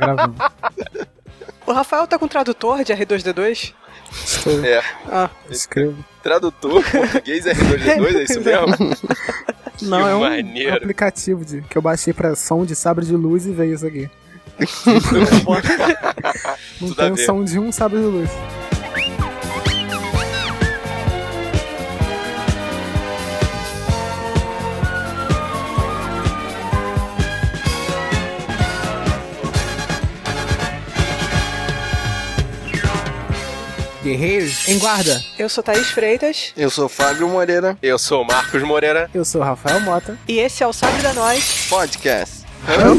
gravando. O Rafael tá com tradutor de R2D2? Estou. É. Escrevo. Tradutor, português R2D2, é isso mesmo? Não, é um maneiro. aplicativo que eu baixei pra som de sabre de luz e veio isso aqui. Não Tudo a tem o ver. som de um sabre de luz. Guerreiros em guarda. Eu sou Thaís Freitas Eu sou Fábio Moreira, Eu sou o Marcos Moreira. Eu sou o Rafael Mota. e esse é o Sabe da Nós. podcast.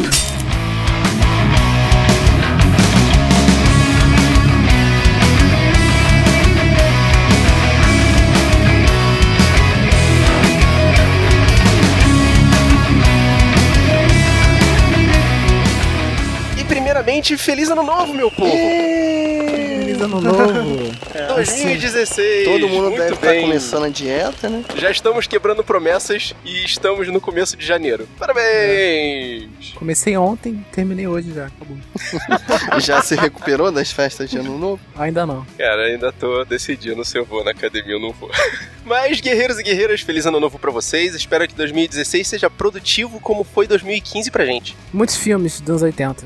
E primeiramente, feliz ano novo, meu povo! Feliz ano novo. 2016! Todo mundo muito deve estar bem. começando a dieta, né? Já estamos quebrando promessas e estamos no começo de janeiro. Parabéns! Comecei ontem, terminei hoje já. Acabou. Já se recuperou das festas de ano novo? Ainda não. Cara, ainda tô decidindo se eu vou na academia ou não vou. Mas, guerreiros e guerreiras, feliz ano novo pra vocês. Espero que 2016 seja produtivo como foi 2015 pra gente. Muitos filmes dos anos 80.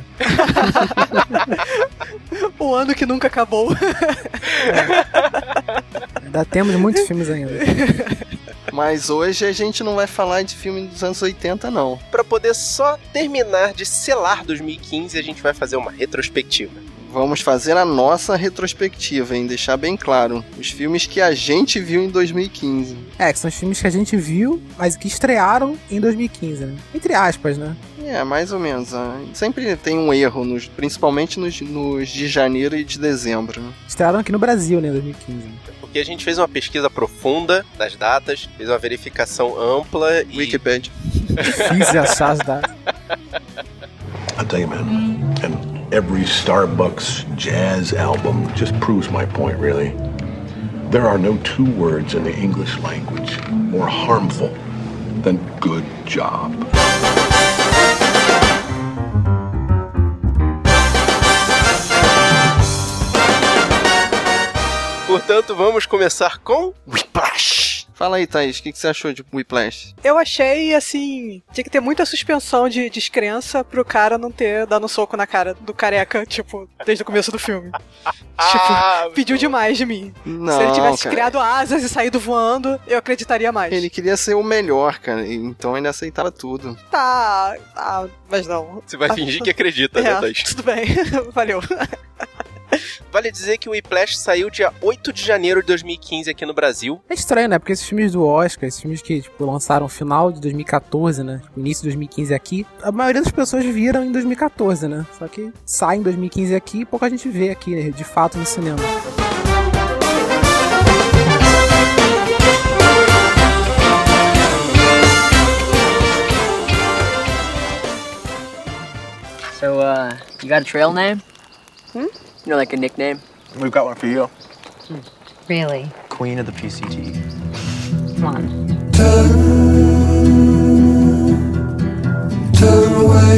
O ano que nunca acabou. Ainda temos muitos filmes ainda. Mas hoje a gente não vai falar de filme dos anos 80, não. Pra poder só terminar de selar 2015, a gente vai fazer uma retrospectiva. Vamos fazer a nossa retrospectiva, hein? Deixar bem claro. Os filmes que a gente viu em 2015. Que são os filmes que a gente viu, mas que estrearam em 2015, né? Entre aspas, né? É, mais ou menos. Sempre tem um erro, principalmente nos de janeiro e de dezembro. Né? Estrearam aqui no Brasil, né, em 2015. Porque a gente fez uma pesquisa profunda das datas, fez uma verificação ampla e... Wikipedia. Difícil achar as datas. I'll tell you, man, and every Starbucks jazz album just proves my point, really. There are no two words in the English language more harmful than good job. Portanto, vamos começar com... Whiplash! Fala aí, Thaís, o que você achou de Whiplash? Eu achei, assim, tinha que ter muita suspensão de descrença pro cara não ter dado um soco na cara do careca, tipo, desde o começo do filme. Tipo, pediu demais de mim. Não, Se ele tivesse cara. criado asas e saído voando, eu acreditaria mais. Ele queria ser o melhor, cara, então ele aceitava tudo. Tá, mas não. Você vai fingir que acredita, né, Thaís? Tudo bem, valeu. Vale dizer que o Whiplash saiu dia 8 de janeiro de 2015 aqui no Brasil. É estranho, né? Porque esses filmes do Oscar, esses filmes que, tipo, lançaram no final de 2014, né? Tipo, início de 2015 aqui, a maioria das pessoas viram em 2014, né? Só que sai em 2015 aqui e pouca gente vê aqui, né? De fato, no cinema. So, you got a trail name? You know, like a nickname? We've got one for you. Really? Queen of the PCT. Come on. Turn away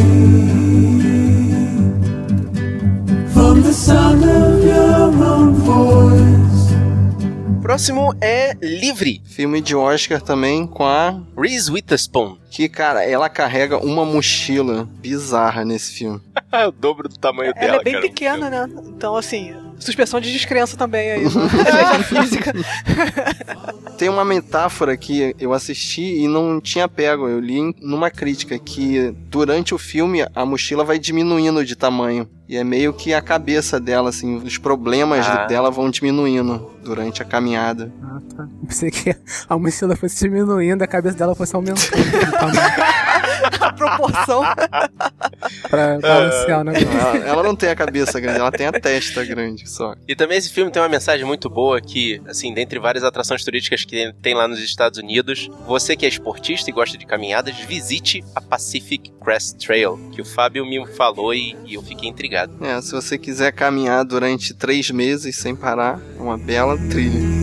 from the sound of your own voice. Próximo é Livre, Filme de Oscar também com a... Reese Witherspoon. Que, cara, ela carrega uma mochila bizarra nesse filme. É o dobro do tamanho Ela dela, é bem cara. pequena, né? Então, assim, suspensão de descrença também aí. Na física. Tem uma metáfora que eu assisti e não tinha pego. Eu li numa crítica que durante o filme a mochila vai diminuindo de tamanho. E é meio que a cabeça dela, assim, os problemas dela vão diminuindo durante a caminhada. Ah, tá. Eu pensei que a mochila fosse diminuindo e a cabeça dela fosse aumentando. A proporção. Pra balancear o negócio. Ela não tem a cabeça grande, ela tem a testa grande só. E também esse filme tem uma mensagem muito boa que, assim, dentre várias atrações turísticas que tem lá nos Estados Unidos, você que é esportista e gosta de caminhadas, visite a Pacific Crest Trail, que o Fábio me falou e eu fiquei intrigado. Se você quiser caminhar durante 3 meses sem parar, é uma bela trilha.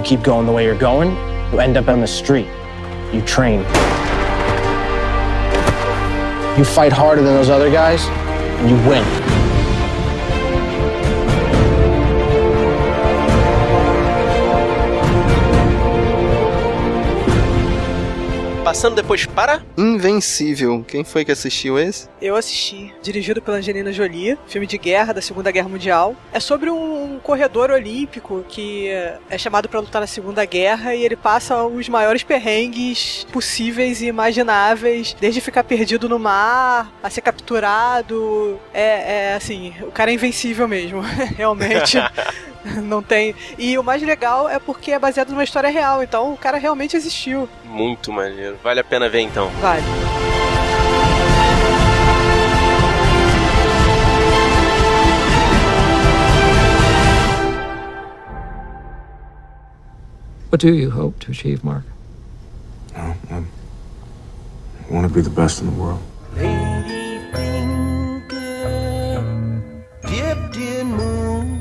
keep going the way you're going, you end up on the street. You train. You fight harder than those other guys, and you win. Passando depois para... Invencível. Quem foi que assistiu esse? Eu assisti. Dirigido pela Angelina Jolie. Filme de guerra da Segunda Guerra Mundial. É sobre um corredor olímpico que é chamado pra lutar na Segunda Guerra e ele passa os maiores perrengues possíveis e imagináveis. Desde ficar perdido no mar, a ser capturado. Assim, o cara é invencível mesmo. Realmente... Não tem. E o mais legal é porque é baseado numa história real, então o cara realmente existiu. Muito maneiro. Vale a pena ver então. Vale. What do you hope to achieve, Mark? I want to be the best in the world. Dipped in moonlight,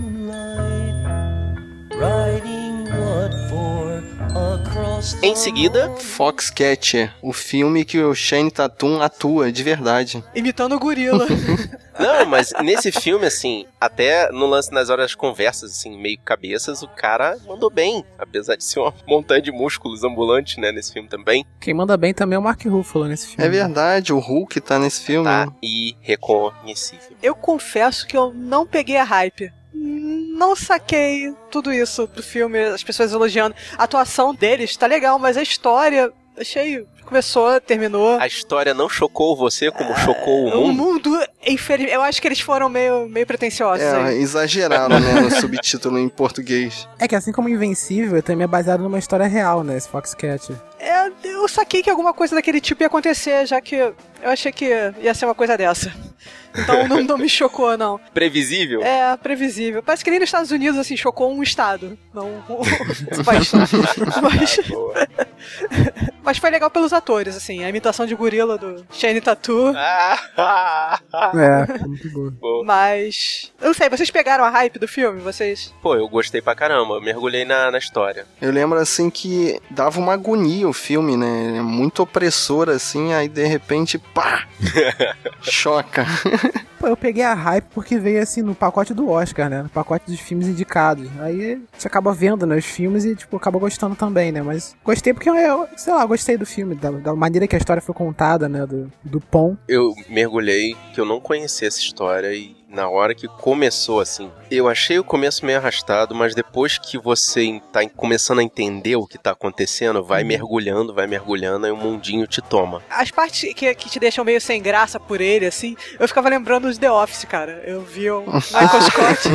riding what for across the... Em seguida, Foxcatcher, o filme que o Channing Tatum atua de verdade. Imitando o gorila. não, mas nesse filme, assim, até no lance nas horas das conversas, assim, meio cabeças, o cara mandou bem. Apesar de ser uma montanha de músculos ambulantes, né, nesse filme também. Quem manda bem também é o Mark Ruffalo nesse filme. É verdade, o Hulk tá nesse filme. Tá irreconhecível. Eu confesso que eu não peguei a hype. Não saquei tudo isso do filme, as pessoas elogiando. A atuação deles tá legal, mas a história, achei... Começou, terminou. A história não chocou você como chocou o mundo? O mundo, eu acho que eles foram meio pretensiosos. Exageraram, né, no subtítulo em português. É que assim como Invencível, também é baseado numa história real, né, esse Foxcatcher. Eu saquei que alguma coisa daquele tipo ia acontecer, já que eu achei que ia ser uma coisa dessa. Então não me chocou, não. Previsível? É, previsível. Parece que nem nos Estados Unidos, assim, chocou um estado. Não um país. Mas foi legal pelos atores, assim. A imitação de gorila do Channing Tatum. Muito boa. Mas... Eu não sei, vocês pegaram a hype do filme? Vocês... Pô, eu gostei pra caramba. Eu mergulhei na história. Eu lembro, assim, que dava uma agonia o filme, né? Muito opressor, assim. Aí, de repente, pá! Choca. Pô, eu peguei a hype porque veio assim no pacote do Oscar, né? No pacote dos filmes indicados. Aí você acaba vendo, né, os filmes e, tipo, acaba gostando também, né? Mas gostei porque eu sei lá, gostei do filme, da maneira que a história foi contada, né? Do Pom. Eu mergulhei, que eu não conhecia essa história e na hora que começou, assim, eu achei o começo meio arrastado, mas depois que você tá começando a entender o que tá acontecendo, vai mergulhando, aí o mundinho te toma. As partes que te deixam meio sem graça por ele, assim, eu ficava lembrando de The Office, cara. Eu vi o Michael Scott.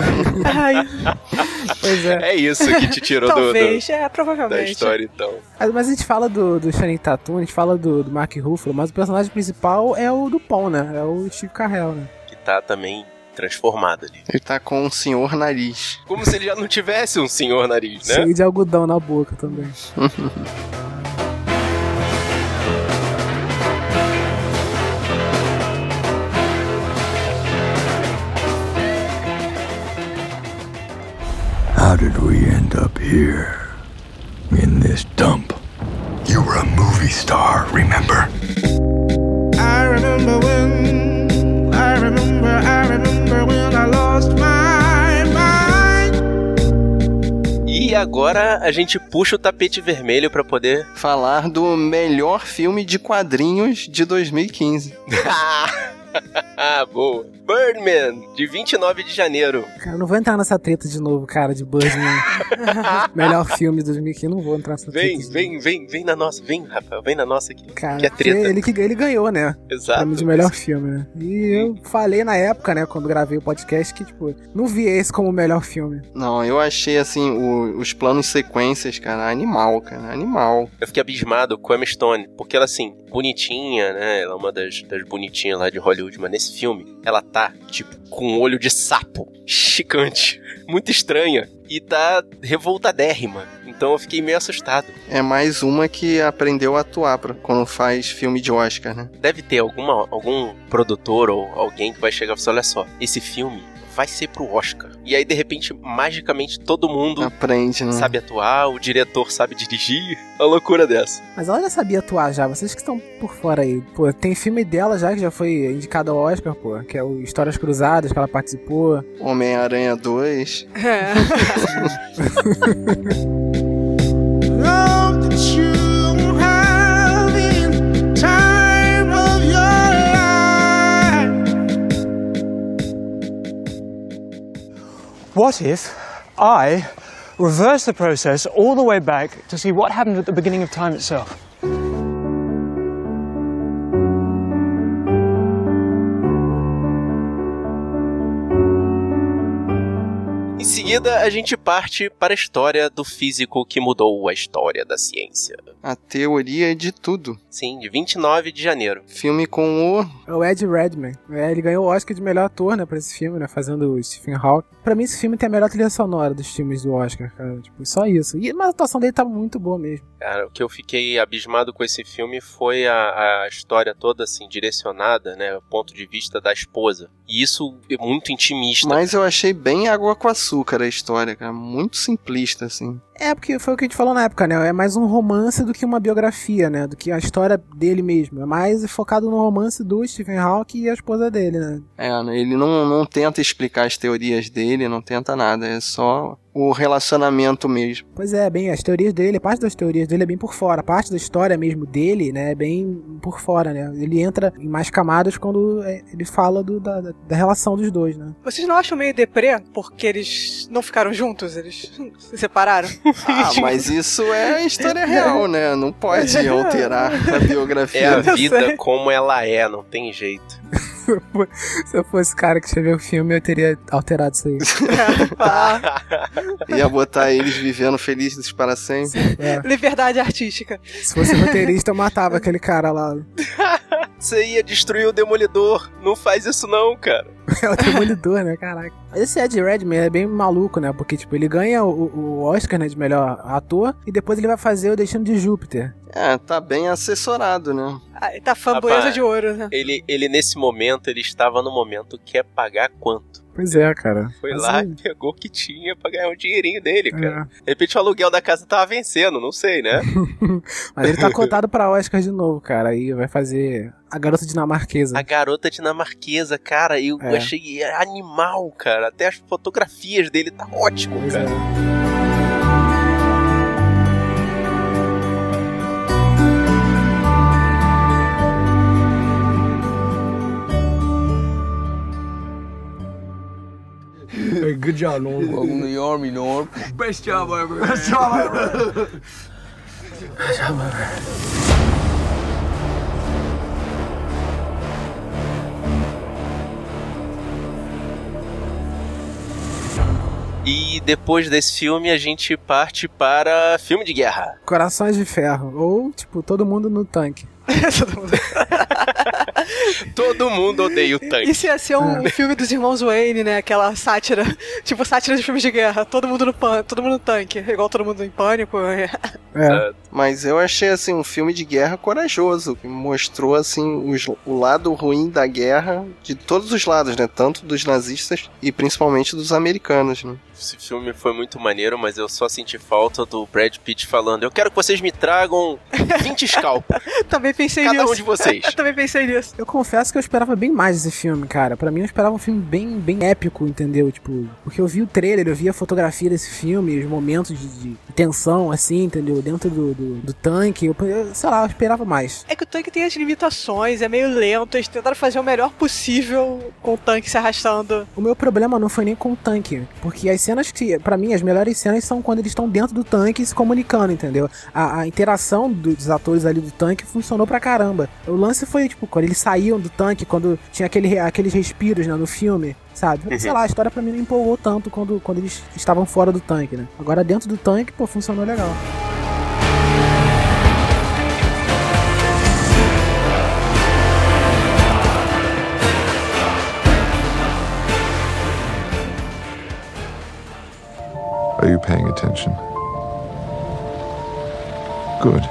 Pois é. É isso que te tirou Talvez, provavelmente. da história, então. Mas a gente fala do Channing Tatum, a gente fala do Mark Ruffalo, mas o personagem principal é o do Pom, né? É o Steve Carell, né? Que tá também transformado ali. Ele tá com um senhor nariz. Como se ele já não tivesse um senhor nariz, né? Cheio de algodão na boca também. How did we end up here? In this dump? You were a movie star, remember? I remember when I lost my mind. E agora a gente puxa o tapete vermelho pra poder falar do melhor filme de quadrinhos de 2015. Boa. Birdman, de 29 de janeiro. Cara, não vou entrar nessa treta de novo, cara, de Birdman. Melhor filme de 2015, não vou entrar nessa treta. Vem na nossa, vem, Rafael, vem na nossa aqui. Cara, que é treta. Ele ganhou, né? Exato. Prêmio de melhor filme, né? E eu falei na época, né, quando gravei o podcast, que, tipo, não vi esse como o melhor filme. Não, eu achei, assim, os planos sequências, cara, animal. Eu fiquei abismado com a Emma Stone, porque ela, assim, bonitinha, né? Ela é uma das bonitinhas lá de Hollywood, mas nesse filme, ela tá, tipo, com um olho de sapo, chicante, muito estranha, e tá revoltadérrima. Então eu fiquei meio assustado. É mais uma que aprendeu a atuar quando faz filme de Oscar, né? Deve ter algum produtor ou alguém que vai chegar e falar, olha só, esse filme vai ser pro Oscar. E aí, de repente, magicamente, todo mundo aprende, né? Sabe atuar, o diretor sabe dirigir. Uma loucura dessa. Mas ela já sabia atuar já, vocês que estão por fora aí. Pô, tem filme dela já que já foi indicado ao Oscar, pô, que é o Histórias Cruzadas, que ela participou. Homem-Aranha 2. What if I reverse the process all the way back to see what happened at the beginning of time itself? Em seguida, a gente parte para a história do físico que mudou a história da ciência. A teoria de tudo. Sim, de 29 de janeiro. Filme com o Ed Redmayne. Ele ganhou o Oscar de melhor ator, né, pra esse filme, né, fazendo o Stephen Hawking. Pra mim, esse filme tem a melhor trilha sonora dos filmes do Oscar, cara. Tipo, só isso. Mas a atuação dele tá muito boa mesmo. Cara, o que eu fiquei abismado com esse filme foi a história toda, assim, direcionada, né, o ponto de vista da esposa. E isso é muito intimista. Mas eu achei bem água com açúcar a história, cara. Muito simplista, assim. É, porque foi o que a gente falou na época, né? É mais um romance do que uma biografia, né? Do que a história dele mesmo. É mais focado no romance do Stephen Hawking e a esposa dele, né? Ele não tenta explicar as teorias dele, não tenta nada. É só o relacionamento mesmo. Pois é, bem, as teorias dele, parte das teorias dele é bem por fora. A parte da história mesmo dele, né, é bem por fora, né? Ele entra em mais camadas quando ele fala da relação dos dois, né? Vocês não acham meio deprê porque eles não ficaram juntos? Eles se separaram? Mas isso é a história real, né? Não pode alterar a biografia. É a vida como ela é, não tem jeito. Se eu fosse o cara que escreveu o filme, eu teria alterado isso aí. Ia botar eles vivendo felizes para sempre. Liberdade artística. Se fosse roteirista, eu matava aquele cara lá. Você ia destruir o Demolidor. Não faz isso não, cara. É o Demolidor, né? Caraca. Esse Ed Redmayne é bem maluco, né? Porque, tipo, ele ganha o Oscar, né, de melhor ator e depois ele vai fazer o Destino de Júpiter. Tá bem assessorado, né? Tá framboesa de ouro, né? Ele nesse momento, ele estava no momento que é pagar quanto? Pois é, cara. Foi lá e pegou o que tinha pra ganhar um dinheirinho dele, cara. De repente o aluguel da casa tava vencendo, não sei, né? Mas ele tá cotado pra Oscar de novo, cara. Aí vai fazer A Garota Dinamarquesa. A Garota Dinamarquesa, cara. Eu achei animal, cara. Até as fotografias dele tá ótimo, pois cara. Hey, good job, Norm. Welcome to the Army, Norm. Best job ever. Best job ever. Best job ever. E depois desse filme a gente parte para filme de guerra. Corações de Ferro. Ou, tipo, Todo Mundo no Tanque. Todo mundo odeia o tanque. Isso ia ser um filme dos irmãos Wayne, né? Aquela sátira, tipo sátira de filmes de guerra. Todo mundo no tanque, igual Todo Mundo em Pânico. Mas eu achei, assim, um filme de guerra corajoso, que mostrou, assim, o lado ruim da guerra de todos os lados, né? Tanto dos nazistas e principalmente dos americanos, né? Esse filme foi muito maneiro, mas eu só senti falta do Brad Pitt falando: eu quero que vocês me tragam 20 scalpos. Também pensei nisso. Cada um de vocês. Também pensei nisso. Eu confesso que eu esperava bem mais desse filme, cara. Pra mim eu esperava um filme bem épico, entendeu? Tipo, porque eu vi o trailer, eu vi a fotografia desse filme, os momentos de tensão, assim, entendeu? Dentro do tanque. Eu, sei lá, eu esperava mais. É que o tanque tem as limitações, é meio lento. Eles tentaram fazer o melhor possível com o tanque se arrastando. O meu problema não foi nem com o tanque, porque as cenas que, pra mim, as melhores cenas são quando eles estão dentro do tanque se comunicando, entendeu? A interação dos atores ali do tanque funcionou pra caramba. O lance foi, tipo, quando eles saíam do tanque, quando tinha aqueles respiros, né, no filme, sabe? Sei lá, a história pra mim não empolgou tanto quando eles estavam fora do tanque, né? Agora dentro do tanque, pô, funcionou legal. Are you paying attention? Good.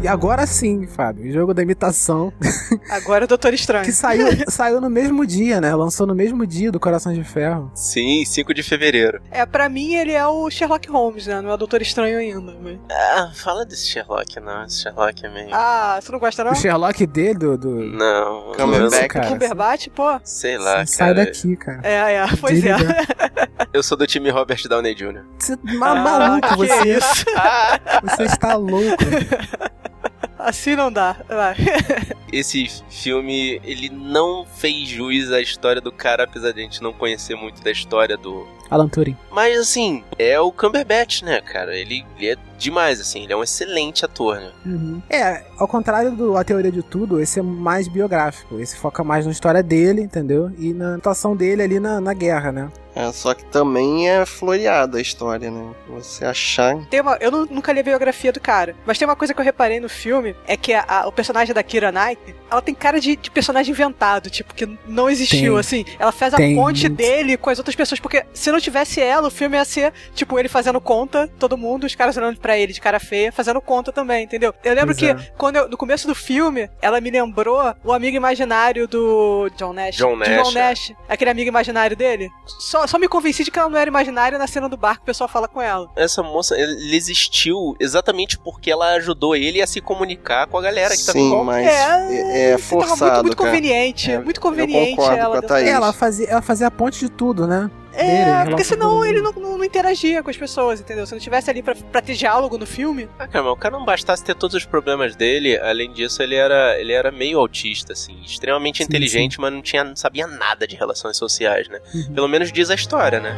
E agora sim, Fábio, o jogo da imitação. Agora é o Doutor Estranho. Que saiu no mesmo dia, né? Lançou no mesmo dia do Coração de Ferro. Sim, 5 de fevereiro. Pra mim ele é o Sherlock Holmes, né? Não é o Doutor Estranho ainda. Mas... fala desse Sherlock, não. Esse Sherlock é meio... você não gosta, não? O Sherlock dele, Não. Cumberbatch, pô. Sei lá, cara. Sai daqui, cara. Pois é. Eu sou do time Robert Downey Jr. Você maluco, você. Que isso? Você está louco. Assim não dá. Vai. Esse filme, ele não fez jus à história do cara, apesar de a gente não conhecer muito da história do... Alan Turing. Mas, assim, é o Cumberbatch, né, cara? Ele é demais, assim, ele é um excelente ator, né? Uhum. Ao contrário do A Teoria de Tudo, esse é mais biográfico. Esse foca mais na história dele, entendeu? E na atuação dele ali na guerra, né? Só que também é floreada a história, né? Você achar... Eu nunca li a biografia do cara, mas tem uma coisa que eu reparei no filme, é que o personagem da Keira Knightley, ela tem cara de personagem inventado, tipo, que não existiu, assim. Ela faz a ponte dele com as outras pessoas, porque se não tivesse ela, o filme ia ser, tipo, ele fazendo conta, todo mundo, os caras olhando pra ele de cara feia, fazendo conta também, entendeu? Eu lembro que, no começo do filme, ela me lembrou o amigo imaginário do John Nash. John Nash. Aquele amigo imaginário dele. Só me convenci de que ela não era imaginária na cena do barco, o pessoal fala com ela. Essa moça, ele existiu exatamente porque ela ajudou ele a se comunicar com a galera que tava em volta. Mas é forçado, muito conveniente, muito conveniente ela. Ela fazia a ponte de tudo, né? Porque senão ele não interagia com as pessoas, entendeu? Se não tivesse ali pra ter diálogo no filme... Cara, mas o cara não bastasse ter todos os problemas dele, além disso ele era meio autista, assim, extremamente inteligente, mas não sabia nada de relações sociais, né? Uhum. Pelo menos diz a história, né?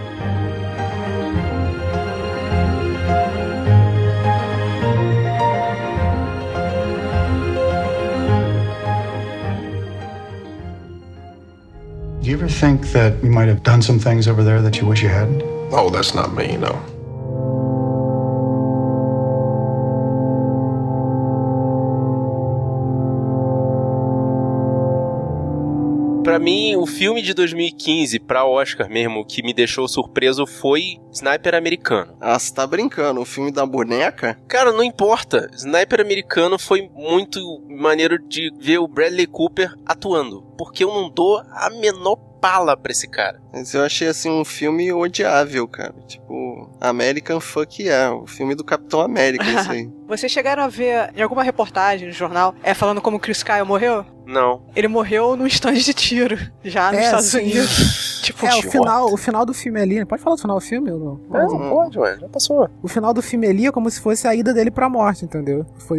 Do you ever think that you might have done some things over there that you wish you hadn't? Oh, that's not me, no. Pra mim, o filme de 2015, pra Oscar mesmo, o que me deixou surpreso foi Sniper Americano. Você tá brincando? O filme da boneca? Cara, não importa. Sniper Americano foi muito maneiro de ver o Bradley Cooper atuando. Porque eu não dou a menor pala pra esse cara. Mas eu achei, assim, um filme odiável, cara. Tipo, American Fuck Yeah, o filme do Capitão América, isso aí. Vocês chegaram a ver em alguma reportagem no jornal, falando como o Chris Kyle morreu? Não. Ele morreu num stand de tiro, já nos Estados Unidos. Tipo, o final do filme ali, pode falar do final do filme ou não? Não pode, ué, já passou. O final do filme ali é como se fosse a ida dele pra morte, entendeu? Foi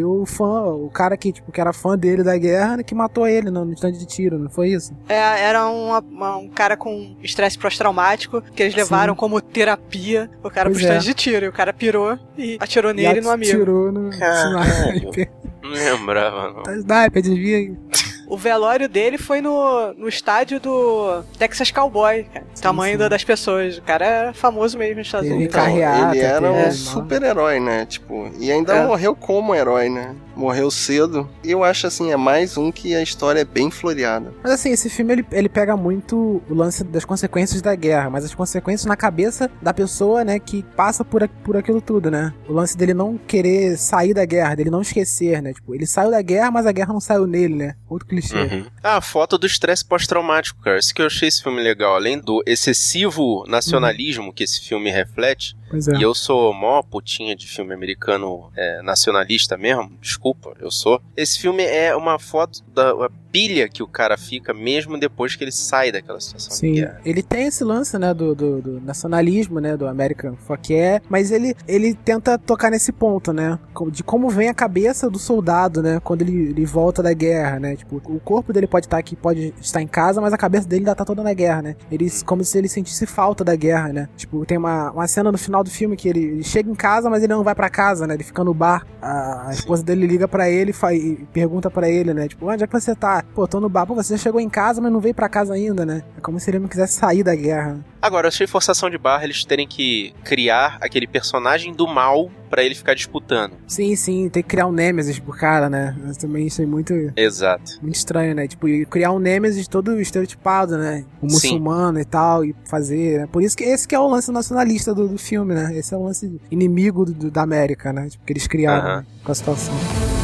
o cara que era fã dele da guerra, que matou ele no stand de tiro, não foi isso? Era um cara com estresse pós-traumático, que eles levaram como terapia o cara pro stand de tiro, e o cara pirou e atirou nele no amigo. Atirou no sniper. Não lembrava, não. Sniper, desvia. O velório dele foi no estádio do Texas Cowboy, cara. Tamanho das pessoas. O cara era famoso mesmo nos Estados Unidos. Ele era um super-herói, né? Tipo, e ainda morreu como herói, né? Morreu cedo. E eu acho, assim, é mais um que a história é bem floreada. Mas, assim, esse filme, ele pega muito o lance das consequências da guerra, mas as consequências na cabeça da pessoa, né, que passa por aquilo tudo, né? O lance dele não querer sair da guerra, dele não esquecer, né? Tipo, ele saiu da guerra, mas a guerra não saiu nele, né? Outro clichê. Uhum. A foto do estresse pós-traumático, cara. Isso que eu achei esse filme legal. Além do excessivo nacionalismo que esse filme reflete, e eu sou mó putinha de filme americano nacionalista mesmo, desculpa, eu sou. Esse filme é uma foto da pilha que o cara fica mesmo depois que ele sai daquela situação de guerra. Ele tem esse lance, né, do nacionalismo, né, do American Fuck Yeah, mas ele tenta tocar nesse ponto, né, de como vem a cabeça do soldado, né, quando ele volta da guerra, né, tipo, o corpo dele pode estar aqui, pode estar em casa, mas a cabeça dele ainda tá toda na guerra, né, como se ele sentisse falta da guerra, né, tipo, tem uma cena no final do filme que ele chega em casa, mas ele não vai pra casa, né, ele fica no bar, a esposa dele liga pra ele e pergunta pra ele, né, tipo, onde é que você tá? Pô, tô no bar. Pô, você já chegou em casa, mas não veio pra casa ainda, né? É como se ele não quisesse sair da guerra. Agora, eu achei forçação de barra eles terem que criar aquele personagem do mal pra ele ficar disputando. Sim, tem que criar um Nemesis pro cara, né? Eu também achei muito... Exato. Muito estranho, né? Tipo, criar um Nemesis todo estereotipado, né? O muçulmano e tal, e fazer... Né? Por isso que esse que é o lance nacionalista do filme, né? Esse é o lance inimigo da América, né? Tipo, que eles criaram, né? Com a situação.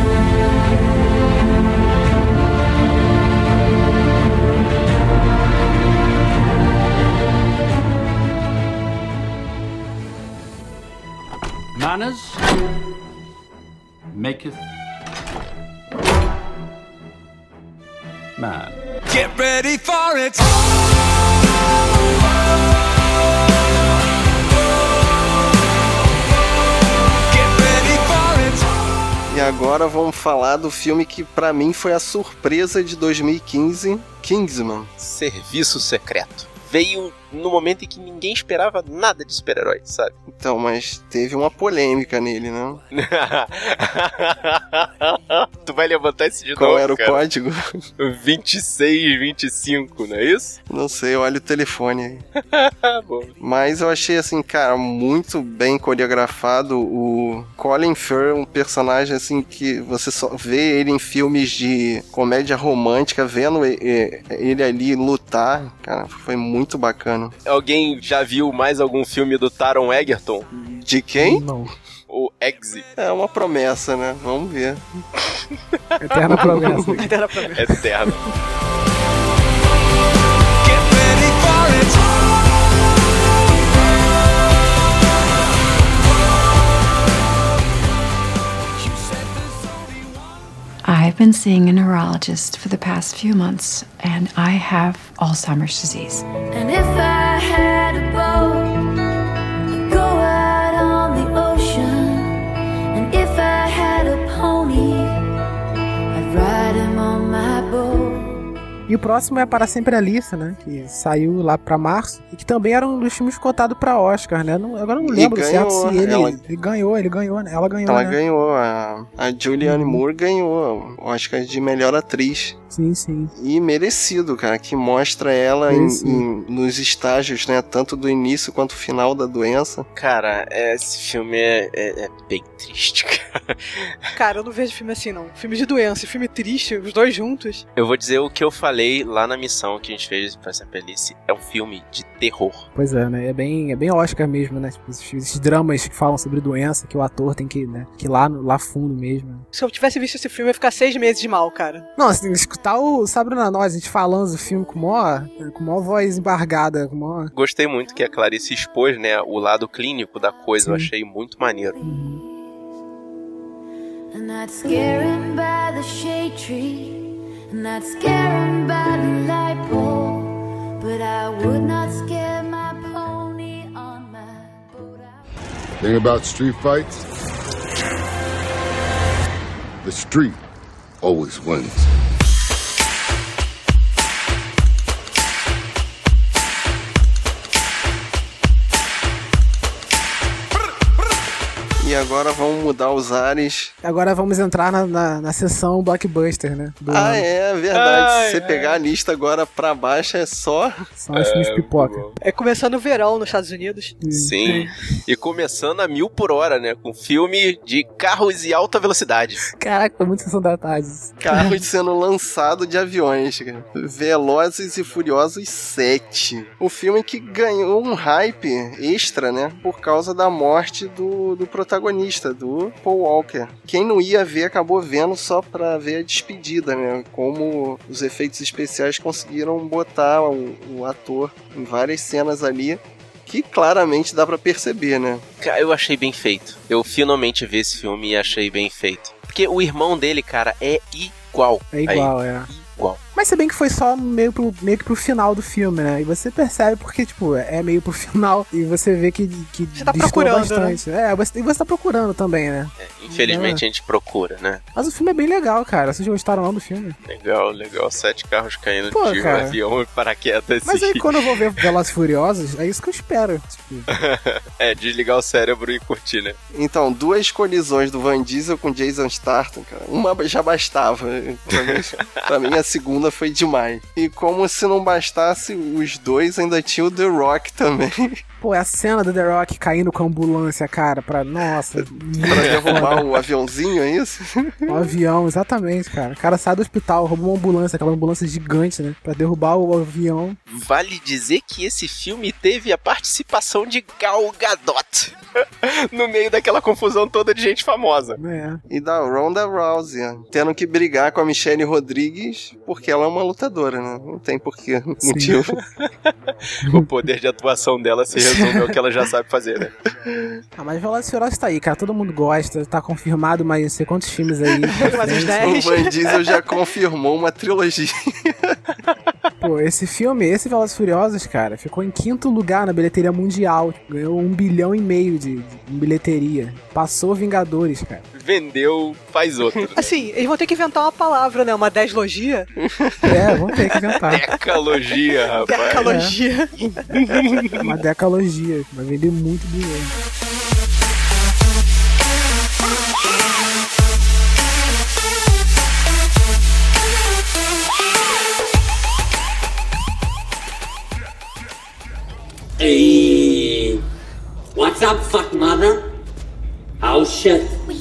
Manners maketh man. Get ready for it. E agora vamos falar do filme que pra mim foi a surpresa de 2015, Kingsman. Serviço Secreto. Veio no momento em que ninguém esperava nada de super-herói, sabe? Então, mas teve uma polêmica nele, né? Tu vai levantar esse de novo, Qual era cara? o código? 2625, não é isso? Não sei, olha o telefone aí. Mas eu achei, assim, cara, muito bem coreografado. O Colin Firth, um personagem, assim, que você só vê ele em filmes de comédia romântica, vendo ele ali lutar, cara, foi muito bacana. Alguém já viu mais algum filme do Taron Egerton? De quem? Não. O Eggsy. É uma promessa, né? Vamos ver. Eterna promessa. Eterna promessa. Eterno. I've been seeing a neurologist for the past few months, and I have Alzheimer's disease. And if I had a boat, I'd go out on the ocean. And if I had a pony, I'd ride him on my boat. E o próximo é Para Sempre Alice, né? Que saiu lá pra março. E que também era um dos filmes cotados pra Oscar, né? Agora eu não lembro certo se ele ganhou, né? Ela ganhou, Ela né? ganhou. A Julianne Moore ganhou o Oscar de melhor atriz. Sim, sim. E merecido, cara, que mostra ela nos estágios, né? Tanto do início quanto do final da doença. Cara, esse filme é bem triste, cara. Cara, eu não vejo filme assim, não. Filme de doença e filme triste, os dois juntos. Eu vou dizer o que eu falei lá na missão que a gente fez pra Sempre Alice. É um filme de terror. Pois é, né? É bem Oscar mesmo, né? Tipo, esses dramas que falam sobre doença, que o ator tem que, né? Que ir lá fundo mesmo. Se eu tivesse visto esse filme, eu ia ficar 6 meses de mal, cara. Não, você tem que escutar o Sabrina Nós, a gente falando do filme com maior voz embargada, com maior... Gostei muito que a Clarice expôs, né, o lado clínico da coisa. Sim. Eu achei muito maneiro. And I'd scare him by the shade tree, and I'd scare him by the light pole, but I would not scare my pony on my boat. Thing about street fights, the street always wins. E agora vamos mudar os ares. Agora vamos entrar na sessão blockbuster, né? É verdade. Se você pegar a lista agora pra baixo, é só os filmes pipoca. É começando o verão nos Estados Unidos. Sim. E começando a 1000 por hora, né? Com filme de carros e alta velocidade. Caraca, foi muito Sessão da Tarde. Carros sendo lançados de aviões, cara. Velozes e Furiosos 7. O filme que ganhou um hype extra, né? Por causa da morte do protagonista, do Paul Walker. Quem não ia ver, acabou vendo só pra ver a despedida, né? Como os efeitos especiais conseguiram botar o ator em várias cenas ali, que claramente dá pra perceber, né? Eu achei bem feito. Eu finalmente vi esse filme e achei bem feito. Porque o irmão dele, cara, é igual. É igual, Igual. Mas se bem que foi só meio que pro final do filme, né? E você percebe porque, tipo, é meio pro final e você vê que você tá procurando, bastante. Né? E você tá procurando também, né? Infelizmente a gente procura, né? Mas o filme é bem legal, cara. Vocês gostaram lá do filme? Legal. 7 carros caindo de um avião e paraquedas. Mas aí quando eu vou ver Velozes e Furiosos, é isso que eu espero. Tipo... desligar o cérebro e curtir, né? Então, 2 colisões do Van Diesel com Jason Statham, cara. Uma já bastava. Pra mim, a segunda foi demais. E como se não bastasse, os dois ainda tinham o The Rock também. Pô, é a cena do The Rock caindo com a ambulância, cara, nossa. Pra derrubar o aviãozinho, é isso? O avião, exatamente, cara. O cara sai do hospital, rouba uma ambulância, aquela ambulância gigante, né? Pra derrubar o avião. Vale dizer que esse filme teve a participação de Gal Gadot no meio daquela confusão toda de gente famosa. E da Ronda Rousey, tendo que brigar com a Michelle Rodrigues porque ela é uma lutadora, né? Não tem porquê, motivo. O poder de atuação dela se resume ao que ela já sabe fazer, né? Mas Velozes e Furiosos tá aí, cara. Todo mundo gosta, tá confirmado, mas não sei quantos filmes aí. O Van Diesel já confirmou uma trilogia. Pô, esse Velozes e Furiosos, cara, ficou em 5º lugar na bilheteria mundial. Ganhou 1,5 bilhão de bilheteria. Passou Vingadores, cara. Vendeu, faz outro. Assim, eles vão ter que inventar uma palavra, né? Uma deslogia. Vão ter que inventar. Decalogia, rapaz. Decalogia. Uma decalogia. Vai vender muito dinheiro. Hey, what's up, fuck mother? Oh shit.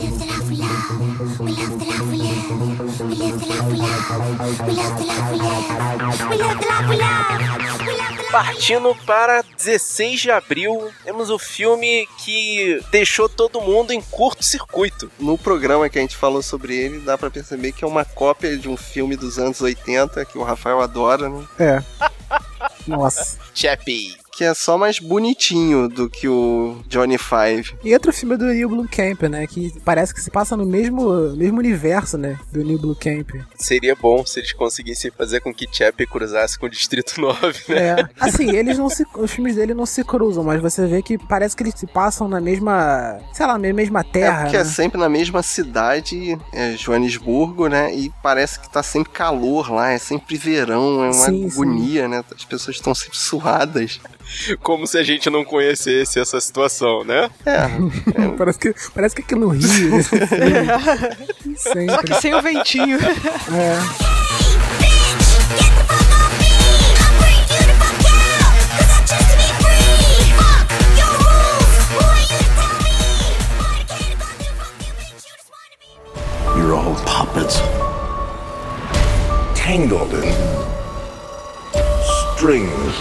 Partindo para 16 de abril, temos o filme que deixou todo mundo em curto-circuito. No programa que a gente falou sobre ele, dá pra perceber que é uma cópia de um filme dos anos 80, que o Rafael adora, né? É. Nossa. Chappie. Que é só mais bonitinho do que o Johnny Five. E outro filme do Neil Blomkamp, né? Que parece que se passa no mesmo universo, né? Do Neil Blomkamp. Seria bom se eles conseguissem fazer com que Chappie cruzasse com o Distrito 9, né? Assim, os filmes dele não se cruzam, mas você vê que parece que eles se passam na mesma, sei lá, na mesma terra. É porque né? é sempre na mesma cidade, Joanesburgo, né? E parece que tá sempre calor lá, é sempre verão, é uma agonia, né? As pessoas estão sempre suadas. Como se a gente não conhecesse essa situação, né? Parece que aqui no Rio. Sempre. Só que sem o ventinho. You're all puppets. Tangled in strings.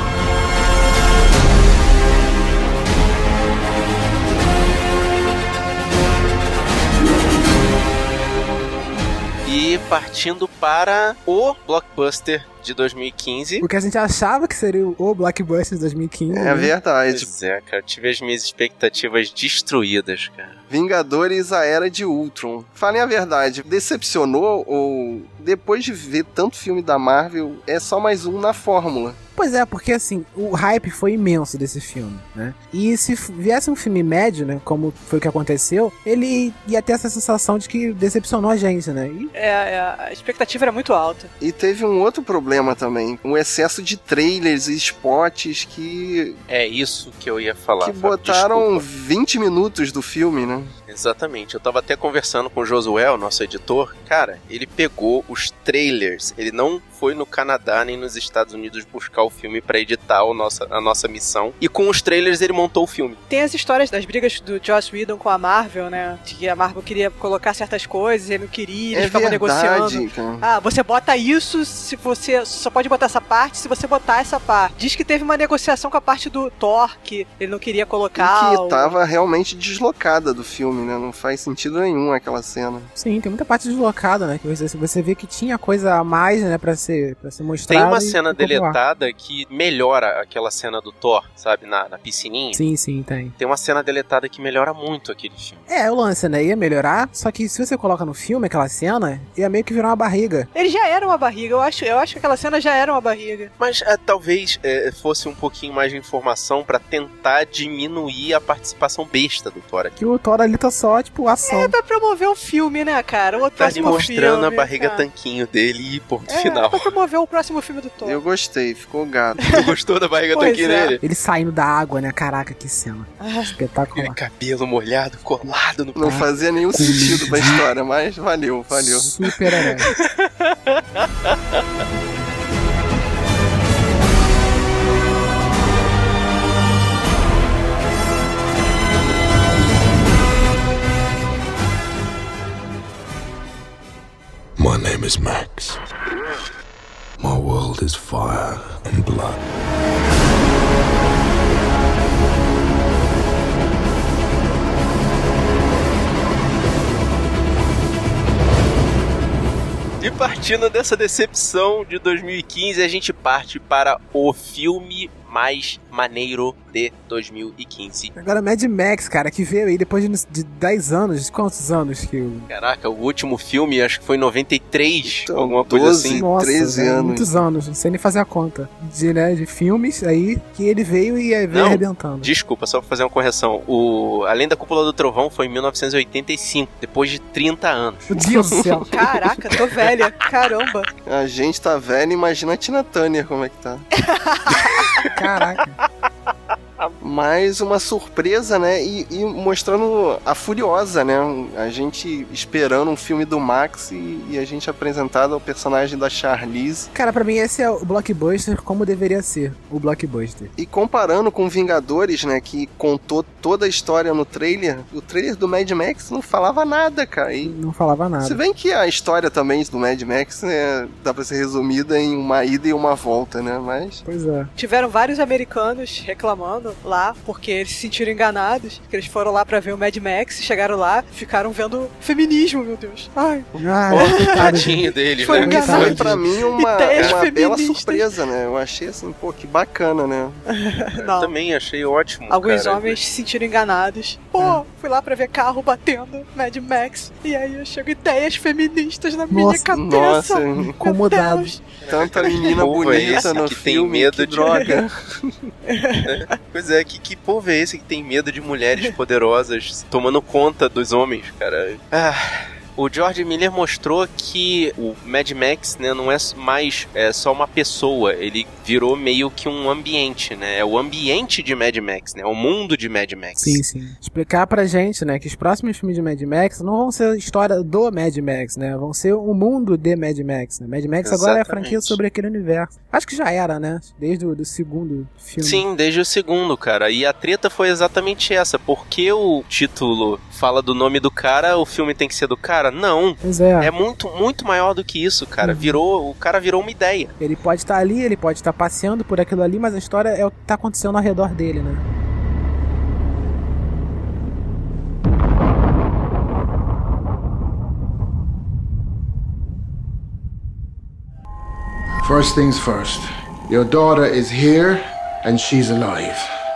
E partindo para o blockbuster de 2015. Porque a gente achava que seria o blockbuster de 2015. É verdade. Pois é, cara. Tive as minhas expectativas destruídas, cara. Vingadores, a Era de Ultron. Falem a verdade, decepcionou ou depois de ver tanto filme da Marvel, é só mais um na fórmula? Pois é, porque assim, o hype foi imenso desse filme, né? E se viesse um filme médio, né, como foi o que aconteceu, ele ia ter essa sensação de que decepcionou a gente, né? A expectativa era muito alta. E teve um outro problema também, um excesso de trailers e spots que... É isso que eu ia falar. Que botaram 20 minutos do filme, né? Exatamente. Eu tava até conversando com o Josué, o nosso editor. Cara, ele pegou os trailers. Ele não foi no Canadá nem nos Estados Unidos buscar o filme pra editar a nossa missão. E com os trailers ele montou o filme. Tem as histórias das brigas do Joss Whedon com a Marvel, né? De que a Marvel queria colocar certas coisas, ele não queria, eles ficavam negociando. Cara. Ah, você bota isso se você só pode botar essa parte se você botar essa parte. Diz que teve uma negociação com a parte do Thor, que ele não queria colocar. E que tava realmente deslocada do filme, né? Não faz sentido nenhum aquela cena. Sim, tem muita parte deslocada, né? Que você vê que tinha coisa a mais, né? Pra ser mostrada. Tem uma cena deletada que melhora aquela cena do Thor, sabe? Na piscininha. Sim, tem. Tem uma cena deletada que melhora muito aquele filme. É, o lance, né? Ia melhorar, só que se você coloca no filme aquela cena, ia meio que virar uma barriga. Ele já era uma barriga, eu acho que aquela cena já era uma barriga. Mas talvez fosse um pouquinho mais de informação pra tentar diminuir a participação besta do Thor aqui. Que o Thor ali tá só, tipo, ação. É pra promover o filme, né, cara? O tá ali mostrando filme, a barriga tanquinho dele e ponto final. É pra promover o próximo filme do Thor. Eu gostei, ficou gato. Tu gostou da barriga tanquinho dele? Ele saindo da água, né? Caraca, que cena. Espetacular. Cabelo molhado, colado no Não fazia nenhum sentido pra história, mas valeu. Super herói. My name is Max. My world is fire and blood. E partindo dessa decepção de 2015, a gente parte para o filme mais maneiro de 2015. Agora Mad Max, cara, que veio aí depois de 10 anos, quantos anos que... Caraca, o último filme acho que foi em 93, então, alguma coisa 12, assim. Nossa, 13 anos. Muitos anos, não sei nem fazer a conta. De filmes aí que ele veio e veio Não, arrebentando. Desculpa, só pra fazer uma correção. Além da Cúpula do Trovão foi em 1985, depois de 30 anos. Meu Deus do céu. Caraca, tô velha. Caramba. A gente tá velho, imagina a Tina Turner como é que tá. Caraca. Mais uma surpresa, né? E mostrando a Furiosa, né? A gente esperando um filme do Max e a gente apresentado ao personagem da Charlize. Cara, pra mim esse é o blockbuster como deveria ser o blockbuster. E comparando com Vingadores, né? Que contou toda a história no trailer, o trailer do Mad Max não falava nada, cara. E não falava nada. se bem que a história também do Mad Max, né, dá pra ser resumida em uma ida e uma volta, né? Mas... Pois é. Tiveram vários americanos reclamando lá, porque eles se sentiram enganados, que eles foram lá pra ver o Mad Max, chegaram lá, ficaram vendo feminismo, meu Deus. Ai. Tadinho dele, foi né? Foi pra mim uma bela feministas. surpresa, né? Eu achei assim, pô, que bacana, né? Eu também achei ótimo. Alguns cara. homens se sentiram enganados. Pô, fui lá pra ver carro batendo Mad Max. E aí eu chego ideias feministas na minha cabeça. Incomodados. Tanta menina povo é bonita esse no que filme, tem medo que de droga. Pois é, que povo é esse que tem medo de mulheres poderosas tomando conta dos homens, cara? O George Miller mostrou que o Mad Max, né, não é mais só uma pessoa, ele virou meio que um ambiente, né? É o ambiente de Mad Max, né? O mundo de Mad Max. Sim, sim. Explicar pra gente, né, que os próximos filmes de Mad Max não vão ser a história do Mad Max, né? Vão ser o mundo de Mad Max, né? Mad Max agora é a franquia sobre aquele universo. Acho que já era, né? Desde o segundo filme. Sim, desde o segundo, cara. E a treta foi exatamente essa. Porque o título fala do nome do cara, o filme tem que ser do cara? Não. Pois é. É muito, muito maior do que isso, cara. O cara virou uma ideia. Ele pode estar ali, ele pode estar passeando por aquilo ali, mas a história é o que tá acontecendo ao redor dele, né? First things first. Your daughter is here and she's alive.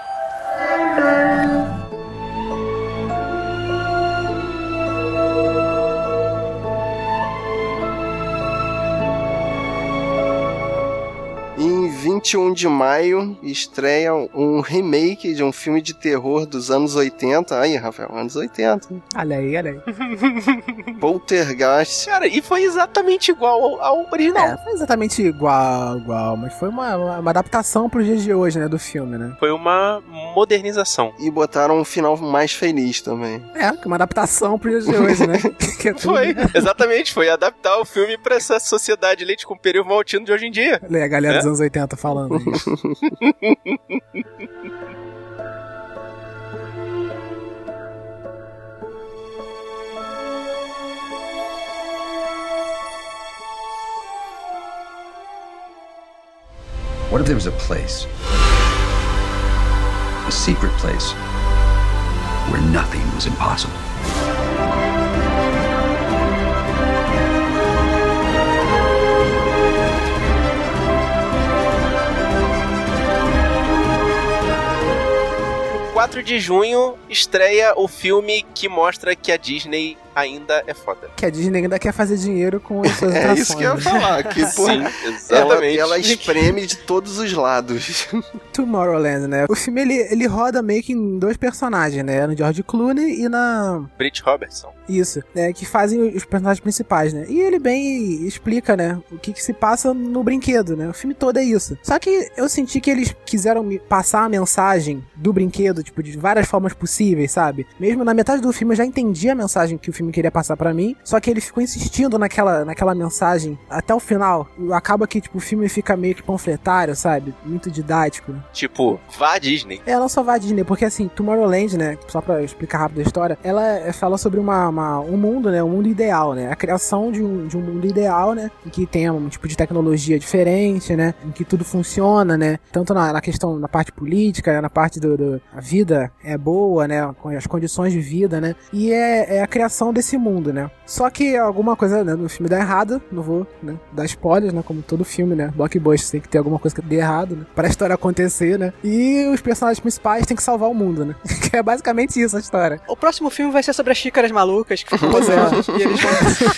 Em 21 de maio estreia um remake de um filme de terror dos anos 80. Aí, Rafael, anos 80. Olha aí, olha aí. Poltergeist. Cara, e foi exatamente igual ao original. Foi exatamente igual, mas foi uma adaptação pros dias de hoje, né, do filme, né? Foi uma modernização. E botaram um final mais feliz também. Uma adaptação pros dias de hoje, né? Foi, exatamente, foi adaptar o filme pra essa sociedade leite com período maltino de hoje em dia. A galera dos anos 80 falando isso. What if there was a place, a secret place, where nothing was impossible? No 4 de junho estreia o filme que mostra que a Disney ainda é foda. Que a Disney ainda quer fazer dinheiro com as suas atrações. É isso que eu ia falar. Que, pô, sim, exatamente. Ela espreme de todos os lados. Tomorrowland, né? O filme, ele roda meio que em dois personagens, né? No George Clooney e na... Britt Robertson. Isso, né? Que fazem os personagens principais, né? E ele bem explica, né? O que se passa no brinquedo, né? O filme todo é isso. Só que eu senti que eles quiseram me passar a mensagem do brinquedo, tipo, de várias formas possíveis, possíveis, sabe? Mesmo na metade do filme eu já entendi a mensagem que o filme queria passar pra mim, só que ele ficou insistindo naquela mensagem até o final. Acaba que, tipo, o filme fica meio que panfletário, sabe? Muito didático. Tipo, vá à Disney. Ela só vai à Disney, porque assim, Tomorrowland, né, só pra explicar rápido a história, ela fala sobre um mundo, né, um mundo ideal, né, a criação de um mundo ideal, né, em que tem um tipo de tecnologia diferente, né, em que tudo funciona, né, tanto na questão, na parte política, na parte a vida é boa, né, com as condições de vida, né, e é a criação desse mundo, né. Só que alguma coisa, né, no filme dá errado, não vou, né, dar spoilers, né, como todo filme, né, blockbuster tem que ter alguma coisa que dê errado, né, pra história acontecer, né, e os personagens principais têm que salvar o mundo, né, que é basicamente isso a história. O próximo filme vai ser sobre as xícaras malucas, que ficam e eles vão...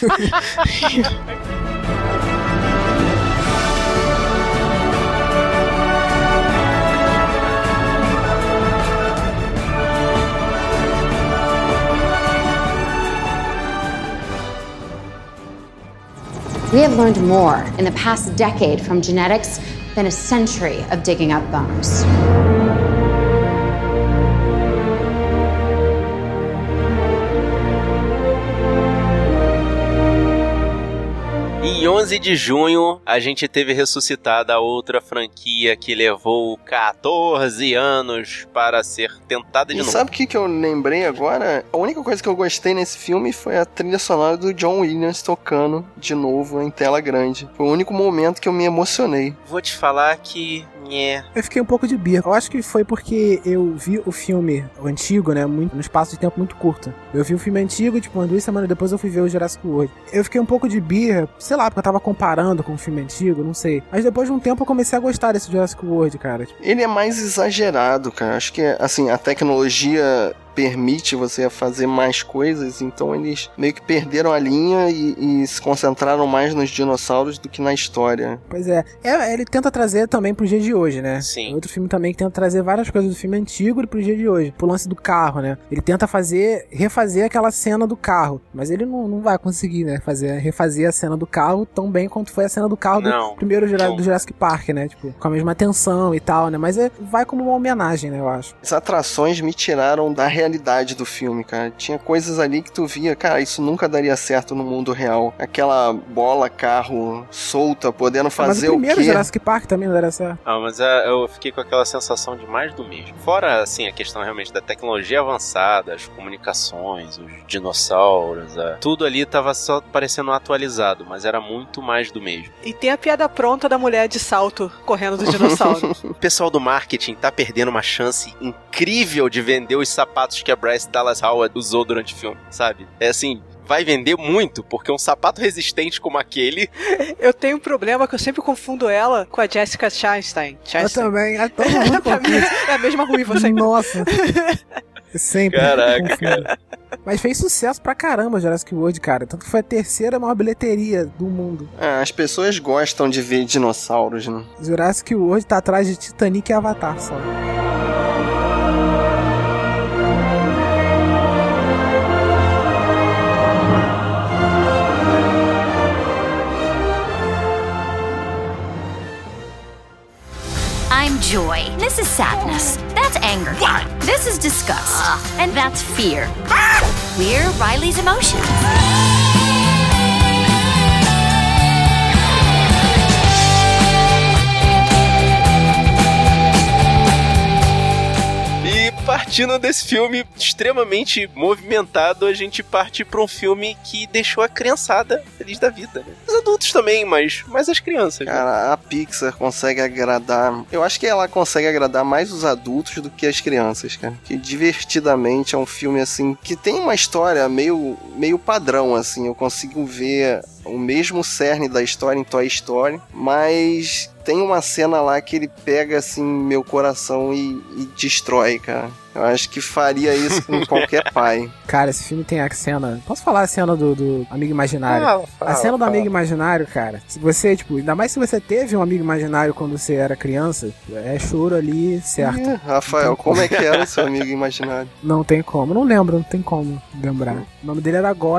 We have learned more in the past decade from genetics than a century of digging up bones. Em 11 de junho, a gente teve ressuscitada a outra franquia que levou 14 anos para ser tentada de novo. E sabe o que eu lembrei agora? A única coisa que eu gostei nesse filme foi a trilha sonora do John Williams tocando de novo em tela grande. Foi o único momento que eu me emocionei. Vou te falar que... Eu fiquei um pouco de birra. Eu acho que foi porque eu vi o filme antigo, né, num espaço de tempo muito curto. Eu vi o filme antigo, tipo, umas 2 semanas depois eu fui ver o Jurassic World. Eu fiquei um pouco de birra, sei lá, porque eu tava comparando com o filme antigo, não sei. Mas depois de um tempo eu comecei a gostar desse Jurassic World, cara. Ele é mais exagerado, cara. Acho que, assim, a tecnologia permite você fazer mais coisas, então eles meio que perderam a linha e se concentraram mais nos dinossauros do que na história. Pois é. Ele tenta trazer também pro dia de hoje, né? Sim. Outro filme também que tenta trazer várias coisas do filme antigo pro dia de hoje. Pro lance do carro, né? Ele tenta refazer aquela cena do carro, mas ele não vai conseguir, né? Refazer a cena do carro tão bem quanto foi a cena do carro do primeiro do Jurassic Park, né? Tipo, com a mesma atenção e tal, né? Mas vai como uma homenagem, né? Eu acho. As atrações me tiraram da realidade do filme, cara. Tinha coisas ali que tu via, cara, isso nunca daria certo no mundo real. Aquela bola, carro solta, podendo fazer o quê? Mas o primeiro Jurassic Park também não daria certo. Ah, mas eu fiquei com aquela sensação de mais do mesmo. Fora, assim, a questão realmente da tecnologia avançada, as comunicações, os dinossauros, tudo ali tava só parecendo atualizado, mas era muito mais do mesmo. E tem a piada pronta da mulher de salto correndo do dinossauro. O pessoal do marketing tá perdendo uma chance incrível de vender os sapatos que a Bryce Dallas Howard usou durante o filme, sabe? É assim, vai vender muito, porque um sapato resistente como aquele... Eu tenho um problema que eu sempre confundo ela com a Jessica Chastain. Eu também, é todo mundo é a mesma ruiva sempre. Nossa. Sempre. Caraca, cara. Mas fez sucesso pra caramba Jurassic World, cara. Tanto que foi a terceira maior bilheteria do mundo. As pessoas gostam de ver dinossauros, né? Jurassic World tá atrás de Titanic e Avatar só. I'm joy. This is sadness. That's anger. What? This is disgust. And that's fear. We're Riley's emotions. Partindo desse filme extremamente movimentado, a gente parte pra um filme que deixou a criançada feliz da vida, né? Os adultos também, mas as crianças. Cara, a Pixar consegue agradar... Eu acho que ela consegue agradar mais os adultos do que as crianças, cara. Que Divertidamente é um filme, assim, que tem uma história meio padrão, assim. Eu consigo ver o mesmo cerne da história em Toy Story, mas... Tem uma cena lá que ele pega, assim, meu coração e destrói, cara. Eu acho que faria isso com qualquer pai. Cara, esse filme tem a cena... Posso falar a cena do Amigo Imaginário? A cena do Amigo Imaginário, cara, se você, tipo... Ainda mais se você teve um amigo imaginário quando você era criança, é choro ali, certo? Rafael, como é que era o seu amigo imaginário? Não tem como, não lembro, não tem como lembrar. O nome dele era Gobi.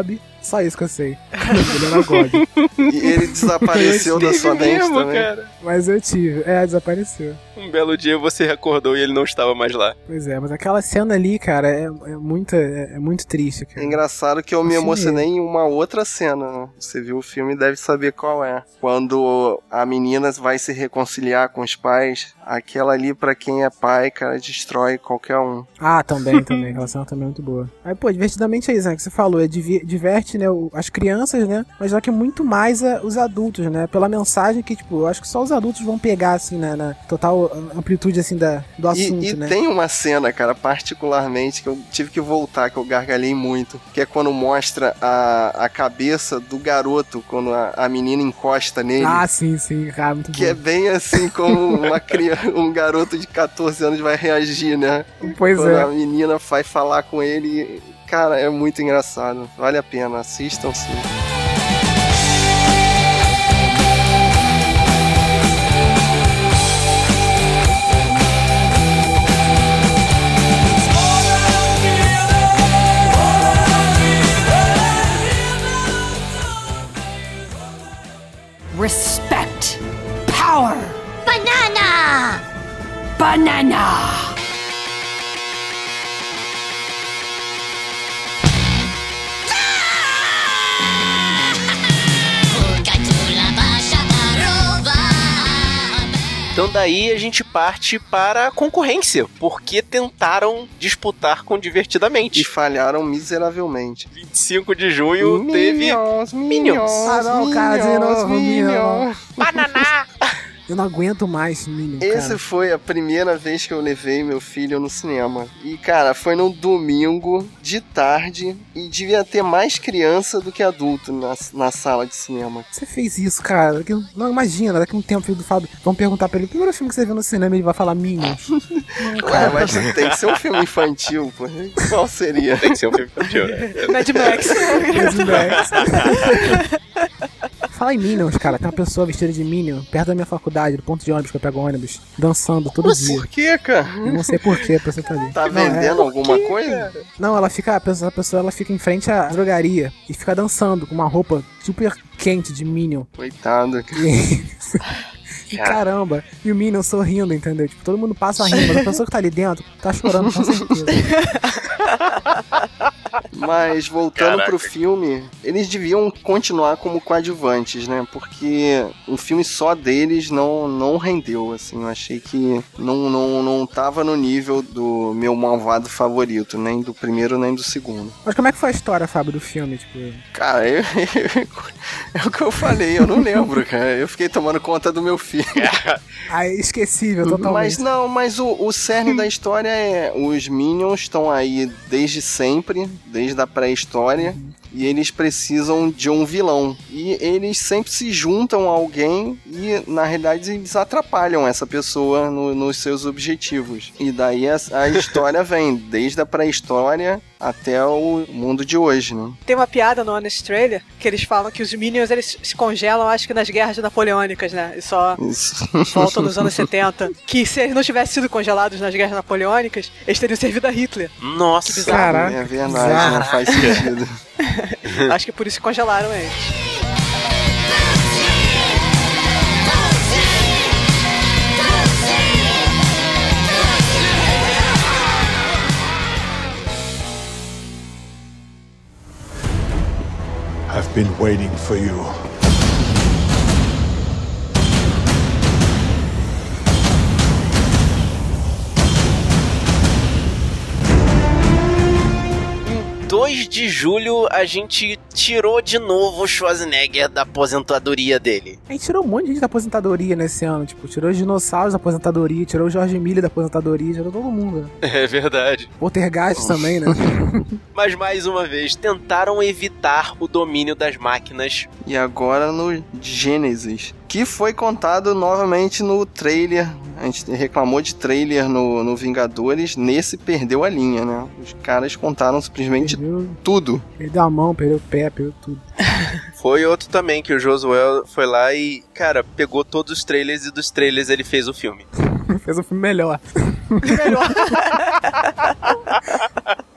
Só isso que eu sei. Ele era God. E ele desapareceu da sua mente mesmo, também. cara. Mas eu tive. desapareceu. Um belo dia você acordou e ele não estava mais lá. Pois é, mas aquela cena ali, cara, é muito triste, cara. É engraçado que eu me emocionei em uma outra cena, né? Você viu o filme e deve saber qual é. Quando a menina vai se reconciliar com os pais, aquela ali, pra quem é pai, cara, destrói qualquer um. Ah, também. Aquela cena também é muito boa. Aí, pô, divertidamente é isso, né? Que você falou, diverte, né, as crianças, né? Mas só que muito mais os adultos, né? Pela mensagem que, tipo, eu acho que só os adultos vão pegar, assim, né? Na total amplitude, assim, do assunto, né? E tem uma cena, cara, particularmente, que eu tive que voltar, que eu gargalhei muito, que é quando mostra a cabeça do garoto, quando a menina encosta nele. Ah, sim, cara, muito que bom. É bem assim como um garoto de 14 anos vai reagir, né? Pois quando é. a menina vai falar com ele, cara, é muito engraçado. Vale a pena, assistam sim. Respect. Power. Banana! Banana. Então daí a gente parte para a concorrência, porque tentaram disputar com Divertidamente. E falharam miseravelmente. 25 de junho teve Minions. Ah, não, cara, Minions. Banana! Eu não aguento mais Minions, Esse foi a primeira vez que eu levei meu filho no cinema. E, cara, foi num domingo, de tarde, e devia ter mais criança do que adulto na sala de cinema. Você fez isso, cara? Não, imagina, daqui a um tempo o filho do Fábio vão perguntar pra ele, o primeiro filme que você viu no cinema, ele vai falar Minions. Ué, mas tem que ser um filme infantil, pô. Qual seria? Tem que ser um filme infantil. Mad Max. Fala em Minions, cara. Tem uma pessoa vestida de Minion perto da minha faculdade, do ponto de ônibus que eu pego ônibus, dançando todo dia. Por quê, cara? Eu não sei por que a pessoa tá ali. Tá vendendo alguma coisa? Não, a pessoa ela fica em frente à drogaria e fica dançando com uma roupa super quente de Minion. Coitado, cara. E caramba, e o Minion sorrindo, entendeu? Tipo, todo mundo passa a rir, mas a pessoa que tá ali dentro tá chorando, com certeza. Mas voltando pro filme, eles deviam continuar como coadjuvantes, né? Porque um filme só deles não rendeu, assim. Eu achei que não tava no nível do meu malvado favorito, nem do primeiro nem do segundo. Mas como é que foi a história, Fábio, do filme? Tipo... Cara, é o que eu falei, eu não lembro, cara. Eu fiquei tomando conta do meu filho. Ah, esquecível, totalmente. Mas o cerne da história é: os Minions estão aí desde sempre, desde a pré-história, e eles precisam de um vilão. E eles sempre se juntam a alguém e, na realidade, eles atrapalham essa pessoa nos seus objetivos. E daí a história vem desde a pré-história até o mundo de hoje, né? Tem uma piada no Honest Trailer que eles falam que os Minions eles se congelam, acho que nas guerras napoleônicas, né? E só voltam nos anos 70. Que se eles não tivessem sido congelados nas guerras napoleônicas, eles teriam servido a Hitler. Nossa, que bizarro. Caraca, é verdade, não faz sentido. Acho que por isso que congelaram eles. I've been waiting for you. 2 de julho, a gente tirou de novo o Schwarzenegger da aposentadoria dele. A gente tirou um monte de gente da aposentadoria nesse ano. Tipo, tirou os dinossauros da aposentadoria, tirou o George Miller da aposentadoria, tirou todo mundo, né? É verdade. Poltergeist também, né? Mas, mais uma vez, tentaram evitar o domínio das máquinas. E agora no Gênesis, que foi contado novamente no trailer. A gente reclamou de trailer no Vingadores, nesse perdeu a linha, né? Os caras contaram simplesmente tudo. Perdeu a mão, perdeu o pé, perdeu tudo. Foi outro também que o Josué foi lá e, cara, pegou todos os trailers e dos trailers ele fez o filme. Fez um filme melhor.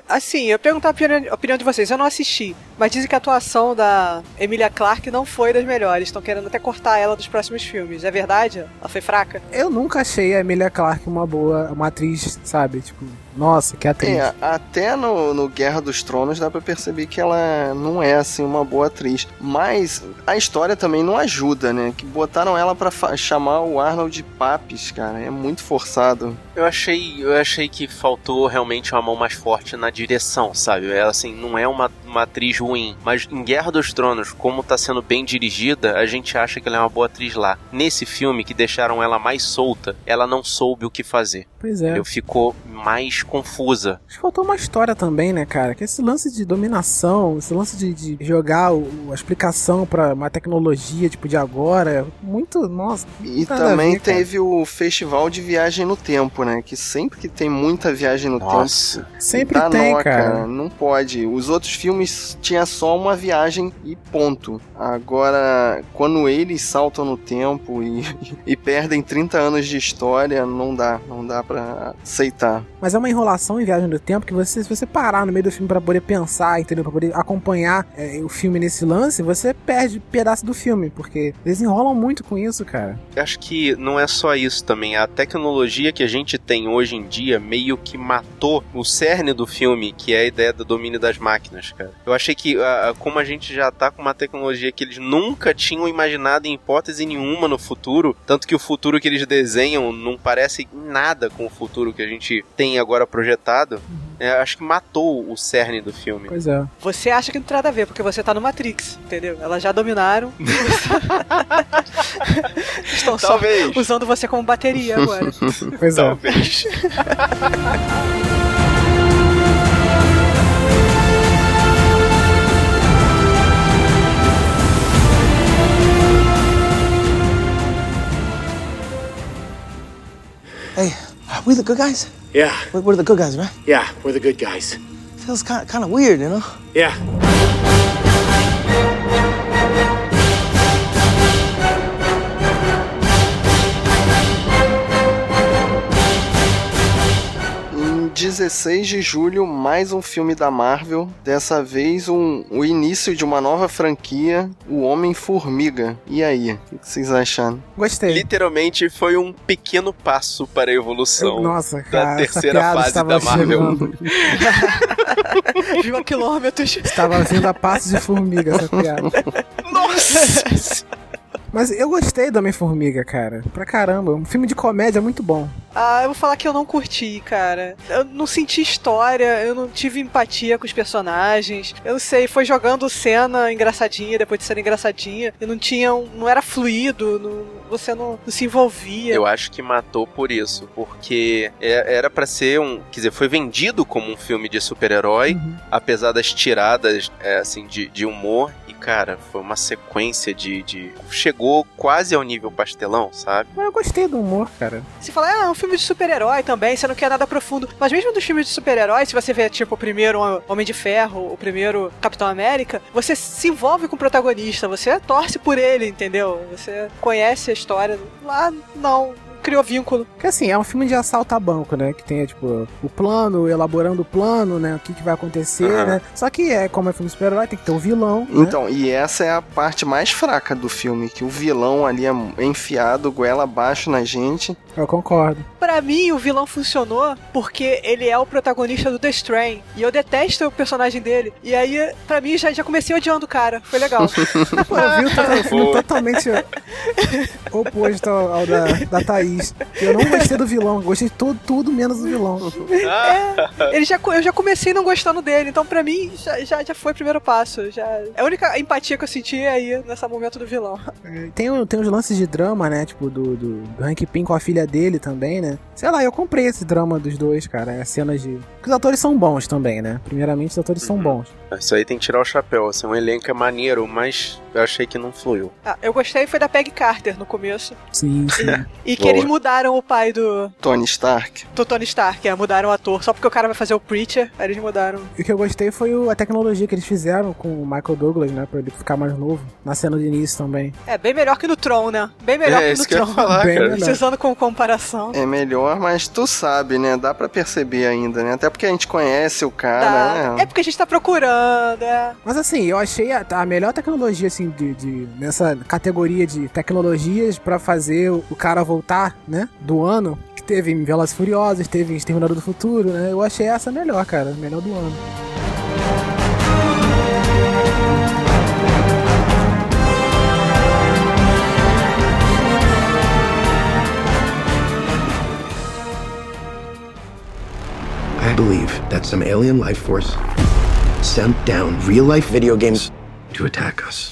Assim, eu ia perguntar a opinião de vocês. Eu não assisti, mas dizem que a atuação da Emilia Clarke não foi das melhores. Estão querendo até cortar ela dos próximos filmes. É verdade? Ela foi fraca? Eu nunca achei a Emilia Clarke uma atriz, sabe? Tipo, nossa, que atriz. Até no Guerra dos Tronos dá pra perceber que ela não é, assim, uma boa atriz. Mas a história também não ajuda, né? Que botaram ela pra chamar o Arnold de Papis, cara. É muito forçado. Eu achei que faltou realmente uma mão mais forte na direção, sabe? Ela, assim, não é uma atriz ruim. Mas em Guerra dos Tronos, como tá sendo bem dirigida, a gente acha que ela é uma boa atriz lá. Nesse filme, que deixaram ela mais solta, ela não soube o que fazer. Pois é. Ficou mais confusa. Acho que faltou uma história também, né, cara? Que esse lance de dominação, esse lance de jogar a explicação pra uma tecnologia, tipo, de agora, muito, nossa. E também teve o festival de viagem no tempo, né? Que sempre que tem muita viagem no tempo, sempre tem, cara. Não pode. Os outros filmes tinha só uma viagem e ponto. Agora, quando eles saltam no tempo e perdem 30 anos de história, não dá pra aceitar. Mas é uma enrolação em Viagem no Tempo que se você parar no meio do filme pra poder pensar, entendeu? Pra poder acompanhar o filme nesse lance, você perde pedaço do filme, porque eles enrolam muito com isso, cara. Eu acho que não é só isso também. A tecnologia que a gente tem hoje em dia meio que matou o cerne do filme, que é a ideia do domínio das máquinas, cara. Eu achei que, como a gente já tá com uma tecnologia que eles nunca tinham imaginado em hipótese nenhuma no futuro, tanto que o futuro que eles desenham não parece nada com o futuro que a gente tem agora projetado, acho que matou o cerne do filme. Pois é. Você acha que não tem nada a ver, porque você tá no Matrix, entendeu? Elas já dominaram. Estão Talvez. só usando você como bateria agora. Pois é. Talvez. Hey, are we the good guys? Yeah. We're the good guys, right? Yeah, we're the good guys. Feels kind of weird, you know? Yeah. Em 16 de julho, mais um filme da Marvel. Dessa vez, o início de uma nova franquia, o Homem-Formiga. E aí, o que vocês acharam? Gostei. Literalmente foi um pequeno passo para a evolução Nossa, cara, da terceira fase da Marvel. Viu a quilômetros. Estava vindo a passos de formiga essa piada. Nossa! Mas eu gostei do Homem-Formiga, cara. Pra caramba. Um filme de comédia muito bom. Eu vou falar que eu não curti, cara. Eu não senti história, eu não tive empatia com os personagens. Eu não sei, foi jogando cena engraçadinha depois de cena engraçadinha. Eu não era fluido, você não se envolvia. Eu acho que matou por isso, porque era pra ser quer dizer, foi vendido como um filme de super-herói, apesar das tiradas, assim, de humor. E, cara, foi uma sequência chegou quase ao nível pastelão, sabe? Mas eu gostei do humor, cara. Se falar, é um filme de super-herói também, você não quer nada profundo. Mas mesmo dos filmes de super-herói, se você vê, tipo, o primeiro Homem de Ferro, o primeiro Capitão América, você se envolve com o protagonista, você torce por ele, entendeu? Você conhece a história. Lá, não. Criou vínculo. Porque assim, é um filme de assalto a banco, né? Que tem, tipo, o plano, elaborando o plano, né? O que vai acontecer, né? Só que como é filme de super-herói, tem que ter um vilão, Então, né? E essa é a parte mais fraca do filme, que o vilão ali é enfiado, goela abaixo na gente. Eu concordo. Pra mim, o vilão funcionou porque ele é o protagonista do The Strain. E eu detesto o personagem dele. E aí, pra mim, já comecei odiando o cara. Foi legal. Pô, eu vi o totalmente oposto ao da Thaís. Eu não gostei do vilão, gostei de tudo menos do vilão. Eu já comecei não gostando dele, então pra mim já foi o primeiro passo. A única empatia que eu senti é aí, nesse momento do vilão. Tem uns lances de drama, né? Tipo, do Hank Pym com a filha dele também, né? Sei lá, eu comprei esse drama dos dois, cara. As cenas de... Porque os atores são bons também, né? Primeiramente, os atores são bons. Isso aí tem que tirar o chapéu, assim, um elenco é maneiro, mas eu achei que não fluiu. Eu gostei foi da Peggy Carter no começo. Sim. E que eles mudaram o pai do Tony Stark. Do Tony Stark, mudaram o ator. Só porque o cara vai fazer o Preacher, aí eles mudaram. E o que eu gostei foi a tecnologia que eles fizeram com o Michael Douglas, né? Pra ele ficar mais novo. Na cena de início também. Bem melhor que no Tron, né? Bem melhor que no Tron. Falar, cara. Precisando com comparação. É melhor, mas tu sabe, né? Dá pra perceber ainda, né? Até porque a gente conhece o cara, né? É porque a gente tá procurando, Mas assim, eu achei a melhor tecnologia, assim, nessa categoria de tecnologias pra fazer o cara voltar, né? Do ano. Que teve em Velozes e Furiosos, teve em Exterminador do Futuro, né? Eu achei essa melhor, cara. Melhor do ano. I believe that some alien life force sent down real-life video games to attack us.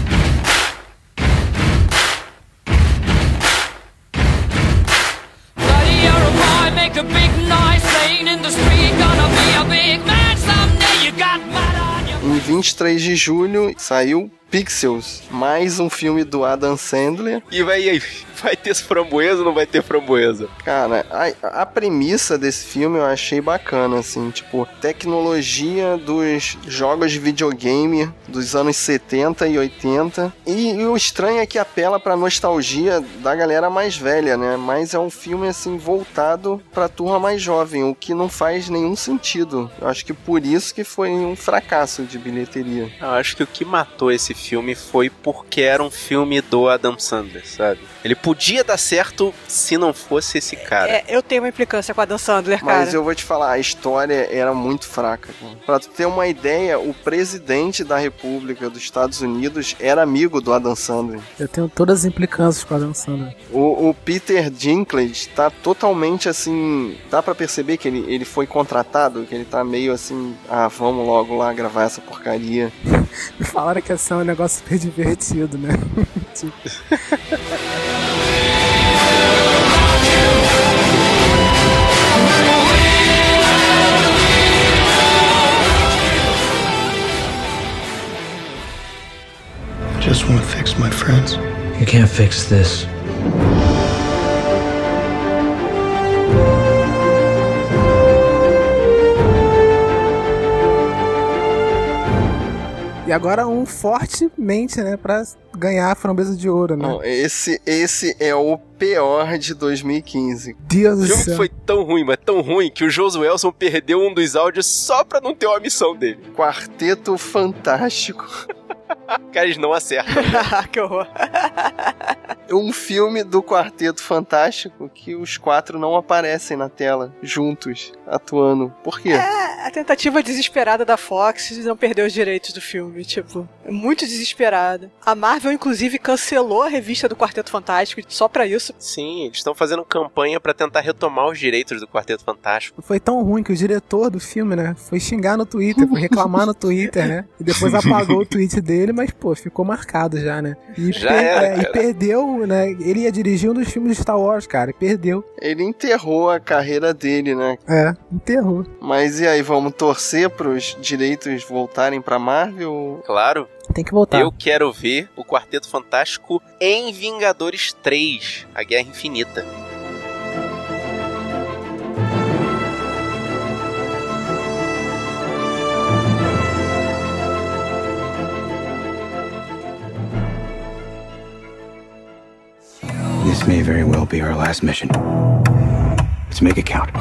Make a big noise playing in the street, gonna be a big man someday. You got mad on your... Em 23 de julho saiu Pixels, mais um filme do Adam Sandler. E vai ter framboesa ou não vai ter framboesa? Cara, a premissa desse filme eu achei bacana, assim, tipo, tecnologia dos jogos de videogame dos anos 70 e 80. E o estranho é que apela pra nostalgia da galera mais velha, né? Mas é um filme, assim, voltado pra turma mais jovem, o que não faz nenhum sentido. Eu acho que por isso que foi um fracasso de bilheteria. Eu acho que o que matou esse filme foi porque era um filme do Adam Sandler, sabe? Ele podia dar certo se não fosse esse cara. Eu tenho uma implicância com a Dan Sandler, cara. Mas eu vou te falar, a história era muito fraca. Pra tu ter uma ideia, o presidente da República dos Estados Unidos era amigo do Adam Sandler. Eu tenho todas as implicâncias com o Adam Sandler. O Peter Dinklage tá totalmente assim... Dá pra perceber que ele foi contratado, que ele tá meio assim... vamos logo lá gravar essa porcaria. Me falaram que esse é um negócio super divertido, né? I just want to fix my friends. You can't fix this. E agora um fortemente, né, pra ganhar a framboesa de ouro, né? Não, esse é o pior de 2015. Deus do céu. O filme foi tão ruim, mas tão ruim, que o Josuelson perdeu um dos áudios só pra não ter uma missão dele. Quarteto Fantástico. Cara, eles não acertam. Que horror. Um filme do Quarteto Fantástico que os quatro não aparecem na tela, juntos, atuando. Por quê? A tentativa desesperada da Fox de não perder os direitos do filme, tipo, muito desesperada. A Marvel, inclusive, cancelou a revista do Quarteto Fantástico só pra isso. Sim, eles estão fazendo campanha pra tentar retomar os direitos do Quarteto Fantástico. Foi tão ruim que o diretor do filme, né, foi xingar no Twitter, foi reclamar no Twitter, né, e depois apagou o tweet dele, mas, pô, ficou marcado já, né. E, e perdeu, né, ele ia dirigir um dos filmes de Star Wars, cara, e perdeu. Ele enterrou a carreira dele, né. Enterrou. Mas e aí, vamos torcer pros direitos voltarem pra Marvel? Claro. Tem que voltar. Eu quero ver o Quarteto Fantástico em Vingadores 3, A Guerra Infinita. This may very well be our last mission. Let's make it count.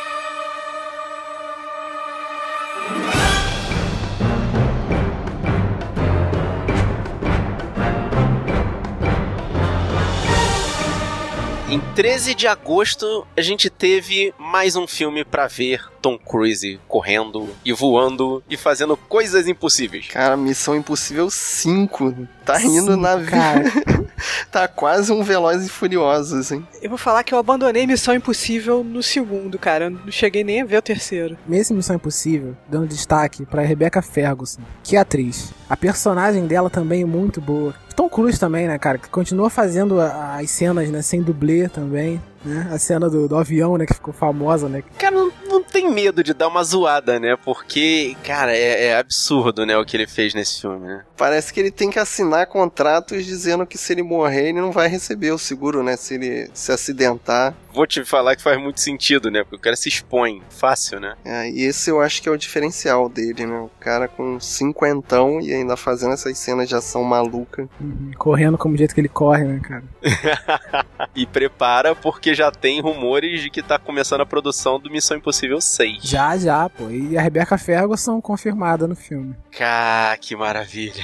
Em 13 de agosto, a gente teve mais um filme pra ver Tom Cruise correndo e voando e fazendo coisas impossíveis. Cara, Missão Impossível 5. Tá indo na vida. Tá quase um Velozes e Furiosos, hein? Eu vou falar que eu abandonei Missão Impossível no segundo, cara. Eu não cheguei nem a ver o terceiro. Mesmo Missão Impossível, dando destaque pra Rebecca Ferguson, que é atriz. A personagem dela também é muito boa. Tom Cruise também, né, cara, que continua fazendo as cenas, né, sem dublê também, né, a cena do avião, né, que ficou famosa, né. Cara, não tem tem medo de dar uma zoada, né? Porque, cara, é absurdo, né, o que ele fez nesse filme, né? Parece que ele tem que assinar contratos dizendo que se ele morrer, ele não vai receber o seguro, né? Se ele se acidentar. Vou te falar que faz muito sentido, né? Porque o cara se expõe fácil, né? E esse eu acho que é o diferencial dele, né? O cara com 50 e ainda fazendo essas cenas de ação maluca. Correndo como o jeito que ele corre, né, cara? E prepara porque já tem rumores de que tá começando a produção do Missão Impossível 6. Já, pô. E a Rebecca Ferguson confirmada no filme. Cá, que maravilha.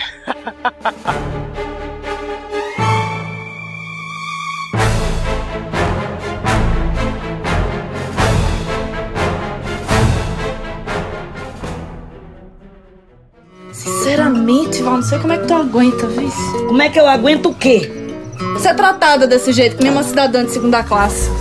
Sinceramente, Val, não sei como é que tu aguenta, viu? Como é que eu aguento o quê? Ser tratada desse jeito, que nem uma cidadã de segunda classe.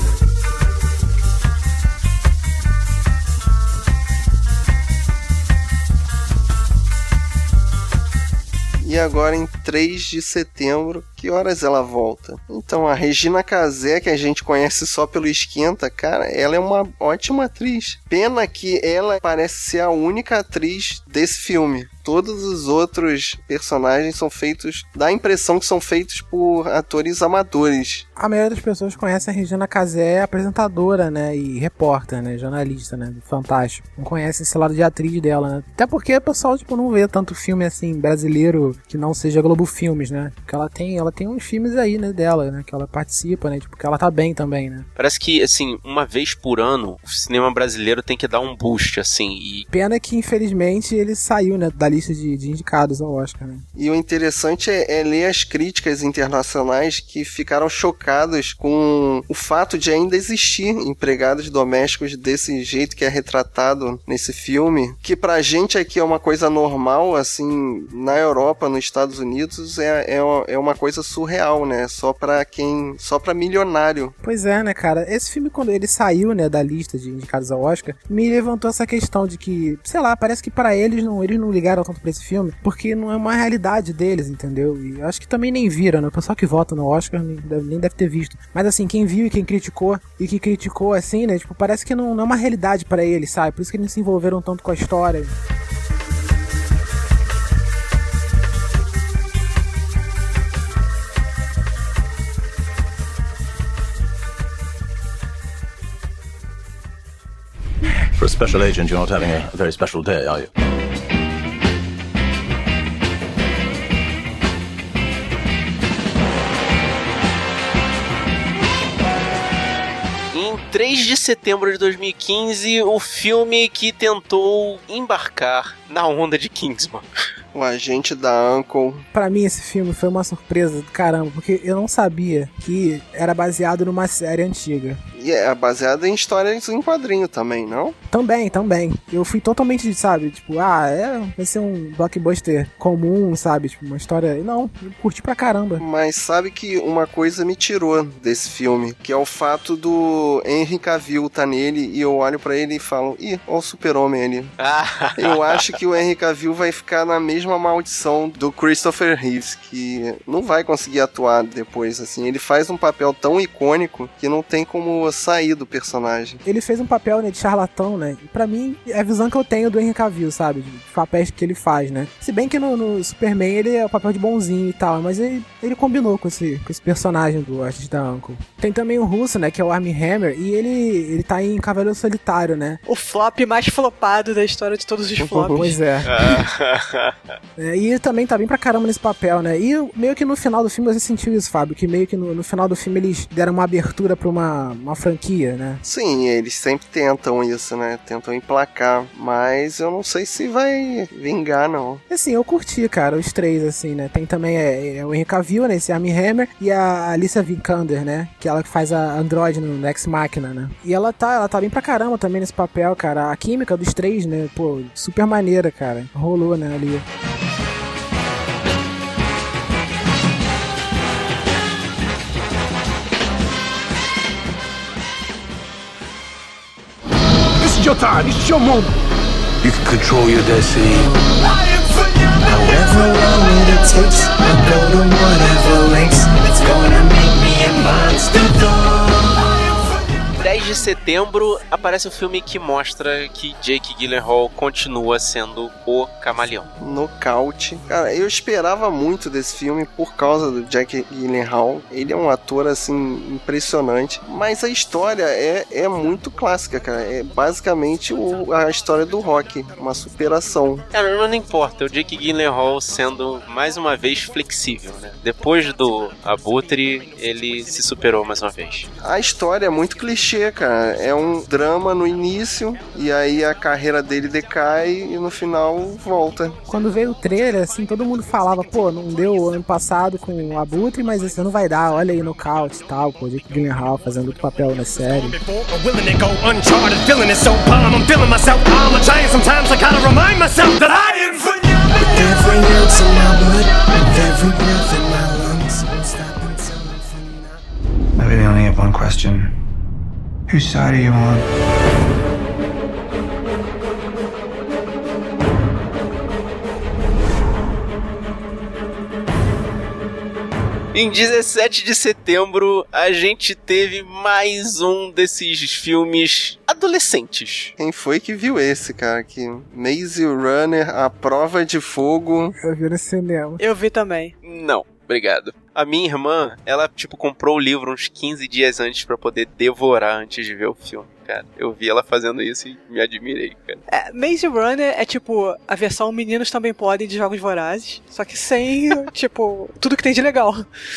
E agora em 3 de setembro, que horas ela volta? Então, a Regina Casé, que a gente conhece só pelo Esquenta, cara, ela é uma ótima atriz. Pena que ela parece ser a única atriz desse filme. Todos os outros personagens são feitos, dá a impressão que são feitos por atores amadores. A maioria das pessoas conhece a Regina Casé, apresentadora, né, e repórter, né, jornalista, né, do Fantástico. Não conhece esse lado de atriz dela, né. Até porque o pessoal, tipo, não vê tanto filme, assim, brasileiro que não seja Globo Filmes, né. Porque ela tem uns filmes aí, né, dela, né, que ela participa, né, tipo, que ela tá bem também, né. Parece que, assim, uma vez por ano, o cinema brasileiro tem que dar um boost, assim, e... Pena que, infelizmente, ele saiu, né, da lista de indicados ao Oscar, né. E o interessante é ler as críticas internacionais que ficaram chocadas com o fato de ainda existir empregados domésticos desse jeito que é retratado nesse filme, que pra gente aqui é uma coisa normal, assim, na Europa, nos Estados Unidos, é uma coisa surreal, né, só pra milionário. Pois é, né, cara, esse filme, quando ele saiu, né, da lista de indicados ao Oscar, me levantou essa questão de que, sei lá, parece que pra eles não ligaram tanto pra esse filme, porque não é uma realidade deles, entendeu? E acho que também nem viram, né, o pessoal que vota no Oscar nem deve ter visto. Mas assim, quem viu e quem criticou, assim, né, tipo, parece que não é uma realidade pra eles, sabe? Por isso que eles se envolveram tanto com a história. For a special agent, you're not having a very special day, are you? Em 3 de setembro de 2015, o filme que tentou embarcar na onda de Kingsman. O Agente da Uncle. Pra mim esse filme foi uma surpresa do caramba, porque eu não sabia que era baseado numa série antiga. E é baseado em histórias em quadrinho também, não? Também. Eu fui totalmente, sabe, tipo, vai ser um blockbuster comum, sabe, tipo, uma história... Não, eu curti pra caramba. Mas sabe que uma coisa me tirou desse filme, que é o fato do Henry Cavill tá nele, e eu olho pra ele e falo, ó o Super-Homem ali. Eu acho que o Henry Cavill vai ficar na mesma maldição do Christopher Reeves, que não vai conseguir atuar depois, assim. Ele faz um papel tão icônico que não tem como sair do personagem. Ele fez um papel, né, de charlatão, né, e pra mim é a visão que eu tenho do Henry Cavill, sabe, de papéis que ele faz, né. Se bem que no Superman ele é o papel de bonzinho e tal, mas ele combinou com esse personagem do Agente da Uncle. Tem também o Russo, né, que é o Armie Hammer, e ele tá em Cavaleiro Solitário, né. O flop mais flopado da história de todos os flops. Pois é. E também tá bem pra caramba nesse papel, né. E meio que no final do filme você sentiu isso, Fábio, que meio que no final do filme eles deram uma abertura pra uma franquia, né. Sim, eles sempre tentam isso, né, tentam emplacar, mas eu não sei se vai vingar, não. Assim, eu curti, cara, os três, assim, né. Tem também o Henry Cavill, né, esse Armie Hammer, e a Alicia Vikander, né, que ela que faz a Android no Ex Machina, né. E ela tá bem pra caramba também nesse papel, cara. A química dos três, né, pô, super maneira, cara. Rolou, né, ali. This is your time. This is your moment. You can control your destiny. However long it takes, I'll go to whatever lengths. It's gonna make me a monster though. 10 de setembro, aparece um filme que mostra que Jake Gyllenhaal continua sendo o camaleão. Nocaute. Cara, eu esperava muito desse filme por causa do Jake Gyllenhaal. Ele é um ator, assim, impressionante. Mas a história é muito clássica, cara. É basicamente a história do Rocky. Uma superação. Cara, não importa. O Jake Gyllenhaal sendo, mais uma vez, flexível, né? Depois do Abutre, ele se superou mais uma vez. A história é muito clichê, cara. É um drama no início, e aí a carreira dele decai e no final volta. Quando veio o trailer, assim, todo mundo falava, pô, não deu ano passado com o Abutre, mas esse ano vai dar, olha aí, nocaute e tal, pô, Jake Gyllenhaal fazendo outro papel na série. I really only have one question. Whose side are you on? Em 17 de setembro, a gente teve mais um desses filmes adolescentes. Quem foi que viu esse, cara? Que Maze Runner, A Prova de Fogo. Eu vi no cinema. Eu vi também. Não, obrigado. A minha irmã, ela, comprou o livro uns 15 dias antes pra poder devorar antes de ver o filme, cara. Eu vi ela fazendo isso e me admirei, cara. Maze Runner é, a versão Meninos Também Podem de Jogos Vorazes, só que sem, tudo que tem de legal.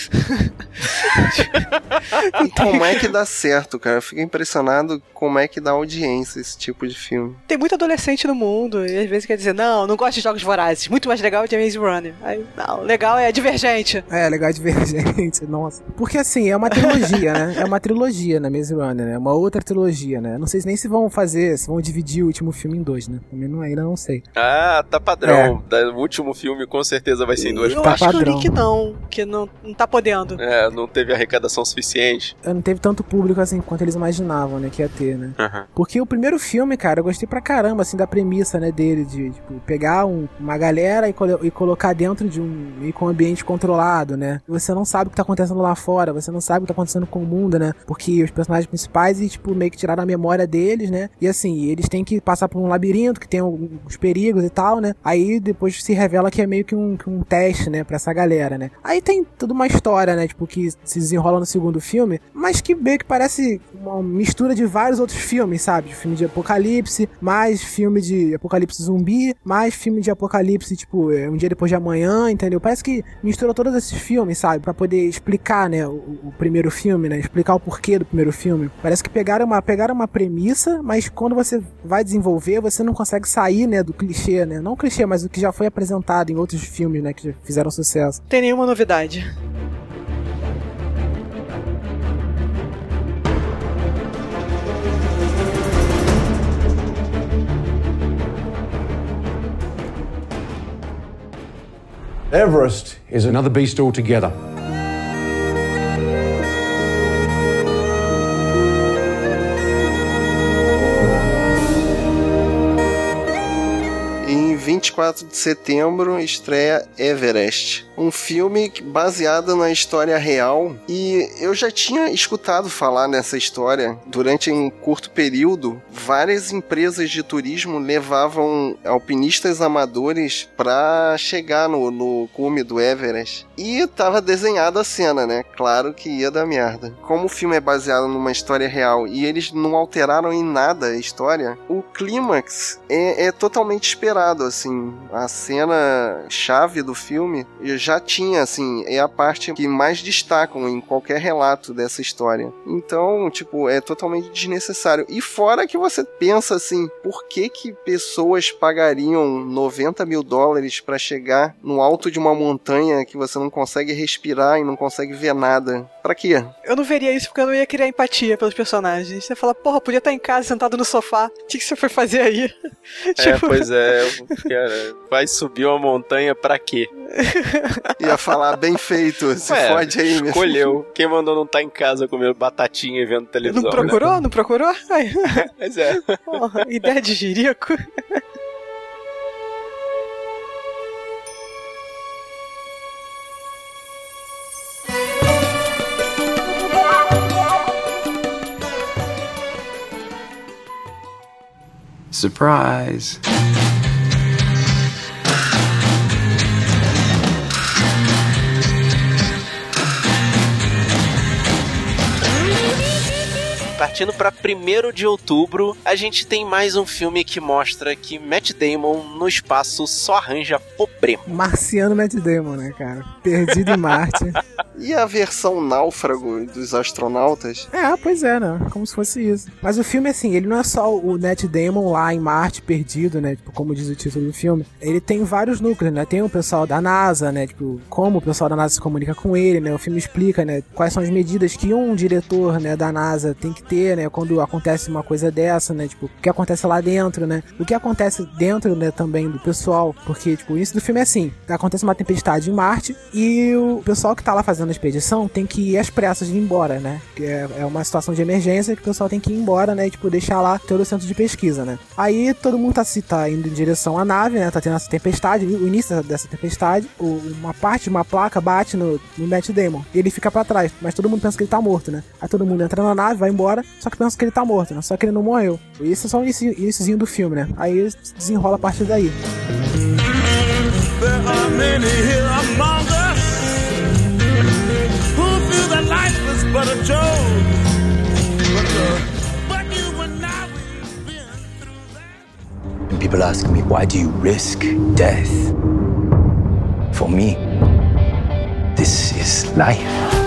E como é que dá certo, cara? Eu fico impressionado como é que dá audiência esse tipo de filme. Tem muito adolescente no mundo e às vezes quer dizer, não gosto de Jogos Vorazes, muito mais legal é de Maze Runner. Aí, não, legal é Divergente. Legal é Divergente, nossa. Porque assim, é uma trilogia, né? É uma trilogia, né, Maze Runner, né? Uma outra trilogia, né? Não sei nem se vão dividir o último filme em dois, né? Também ainda não sei. Ah, tá padrão. O último filme com certeza vai ser em duas. Eu acho que eu li que não tá podendo. Não teve arrecadação suficiente. Não teve tanto público assim quanto eles imaginavam, né, que ia ter, né? Uhum. Porque o primeiro filme, cara, eu gostei pra caramba, assim, da premissa, né, dele, de, pegar uma galera e colocar dentro de um ambiente controlado, né? Você não sabe o que tá acontecendo lá fora, você não sabe o que tá acontecendo com o mundo, né? Porque os personagens principais, meio que tiraram a memória deles, né? E assim, eles têm que passar por um labirinto que tem os perigos e tal, né? Aí depois se revela que é meio que um teste, né, pra essa galera, né? Aí tem toda uma história, né, que se desenrola no segundo filme, mas que meio que parece uma mistura de vários outros filmes, sabe? Filme de apocalipse, mais filme de apocalipse zumbi, mais filme de apocalipse, Um Dia Depois de Amanhã, entendeu? Parece que misturou todos esses filmes, sabe? Pra poder explicar, né, o primeiro filme, né? Explicar o porquê do primeiro filme. Parece que pegaram uma premissa, mas quando você vai desenvolver, você não consegue sair, né, do clichê, né? Não clichê, mas do que já foi apresentado em outros filmes, né, que já fizeram sucesso. Tem nenhuma novidade. Everest is another beast altogether. Em 24 de setembro estreia Everest, um filme baseado na história real, e eu já tinha escutado falar nessa história. Durante um curto período, várias empresas de turismo levavam alpinistas amadores para chegar no cume do Everest, e estava desenhada a cena, né? Claro que ia dar merda. Como o filme é baseado numa história real e eles não alteraram em nada a história, o clímax é totalmente esperado, assim. A cena chave do filme já tinha, assim, é a parte que mais destacam em qualquer relato dessa história. Então, é totalmente desnecessário. E fora que você pensa assim, por que pessoas pagariam $90 mil para chegar no alto de uma montanha que você não consegue respirar e não consegue ver nada? Pra quê? Eu não veria isso porque eu não ia criar empatia pelos personagens. Você fala, porra, podia estar em casa sentado no sofá. O que você foi fazer aí? Pois é, cara, vai subir uma montanha pra quê? Ia falar, bem feito, se fode aí, meu. Escolheu. Quem mandou não estar em casa comendo batatinha e vendo televisão? Não procurou? Né? Não procurou? Pois é. Porra, ideia de jirico. Surprise. Partindo para 1º de outubro, a gente tem mais um filme que mostra que Matt Damon no espaço só arranja problema. Marciano Matt Damon, né, cara? Perdido em Marte. E a versão náufrago dos astronautas? Pois é, né? Como se fosse isso. Mas o filme, assim, ele não é só o Matt Damon lá em Marte, perdido, né? Tipo, como diz o título do filme. Ele tem vários núcleos, né? Tem o pessoal da NASA, né? Tipo, como o pessoal da NASA se comunica com ele, né? O filme explica, né? Quais são as medidas que um diretor, né, da NASA tem que ter, né? Quando acontece uma coisa dessa, né? Tipo, o que acontece lá dentro, né? O que acontece dentro, né, também do pessoal. Porque, tipo, o início do filme é assim. Acontece uma tempestade em Marte e o pessoal que tá lá fazendo a expedição tem que ir às pressas de ir embora, né? Que é uma situação de emergência que o pessoal tem que ir embora, né? E, tipo, deixar lá todo o centro de pesquisa, né? Aí todo mundo tá indo em direção à nave, né? Tá tendo essa tempestade, o início dessa tempestade, uma parte de uma placa bate no Matt Damon e ele fica pra trás, mas todo mundo pensa que ele tá morto, né? Aí todo mundo entra na nave, vai embora, só que pensa que ele tá morto, né? Só que ele não morreu. E isso é só o iniciozinho do filme, né? Aí desenrola a partir daí. There are many here among us who feel that life is but a joke. But you and I, we've been through that. And people ask me, why do you risk death? For me, this is life.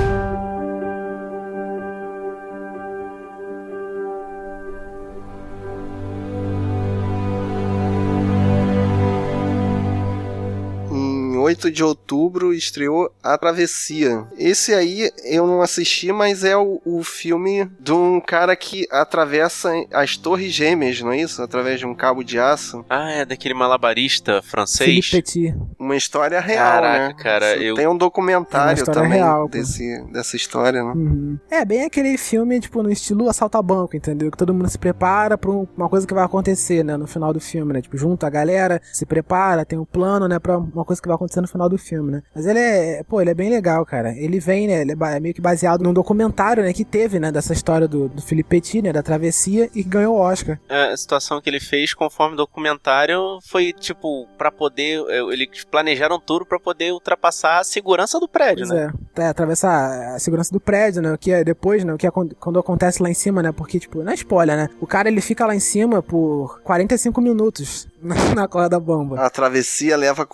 Em 8 de outubro estreou A Travessia. Esse aí eu não assisti, mas é o filme de um cara que atravessa as Torres Gêmeas, não é isso? Através de um cabo de aço. Ah, é daquele malabarista francês. Philippe Petit. Uma história real, Caraca, né? cara, Tem um documentário também real, dessa história, né? Uhum. É bem aquele filme, tipo, no estilo assalto a banco, entendeu? Que todo mundo se prepara pra uma coisa que vai acontecer, né? No final do filme, né? Tipo, junta a galera, se prepara, tem um plano, né? Pra uma coisa que vai acontecer no final do filme, né? Mas ele é bem legal, cara. Ele vem, né? Ele é meio que baseado num documentário, né? Que teve, né? Dessa história do Philippe Petit, né? Da travessia e ganhou o Oscar. A situação que ele fez, conforme o documentário, foi, tipo, pra poder... Eles planejaram tudo pra poder ultrapassar a segurança do prédio, pois né? Atravessar a segurança do prédio, né? O que é depois, né? O que é quando acontece lá em cima, né? Porque, tipo, não é spoiler, né? O cara, ele fica lá em cima por 45 minutos na corda bamba. A travessia leva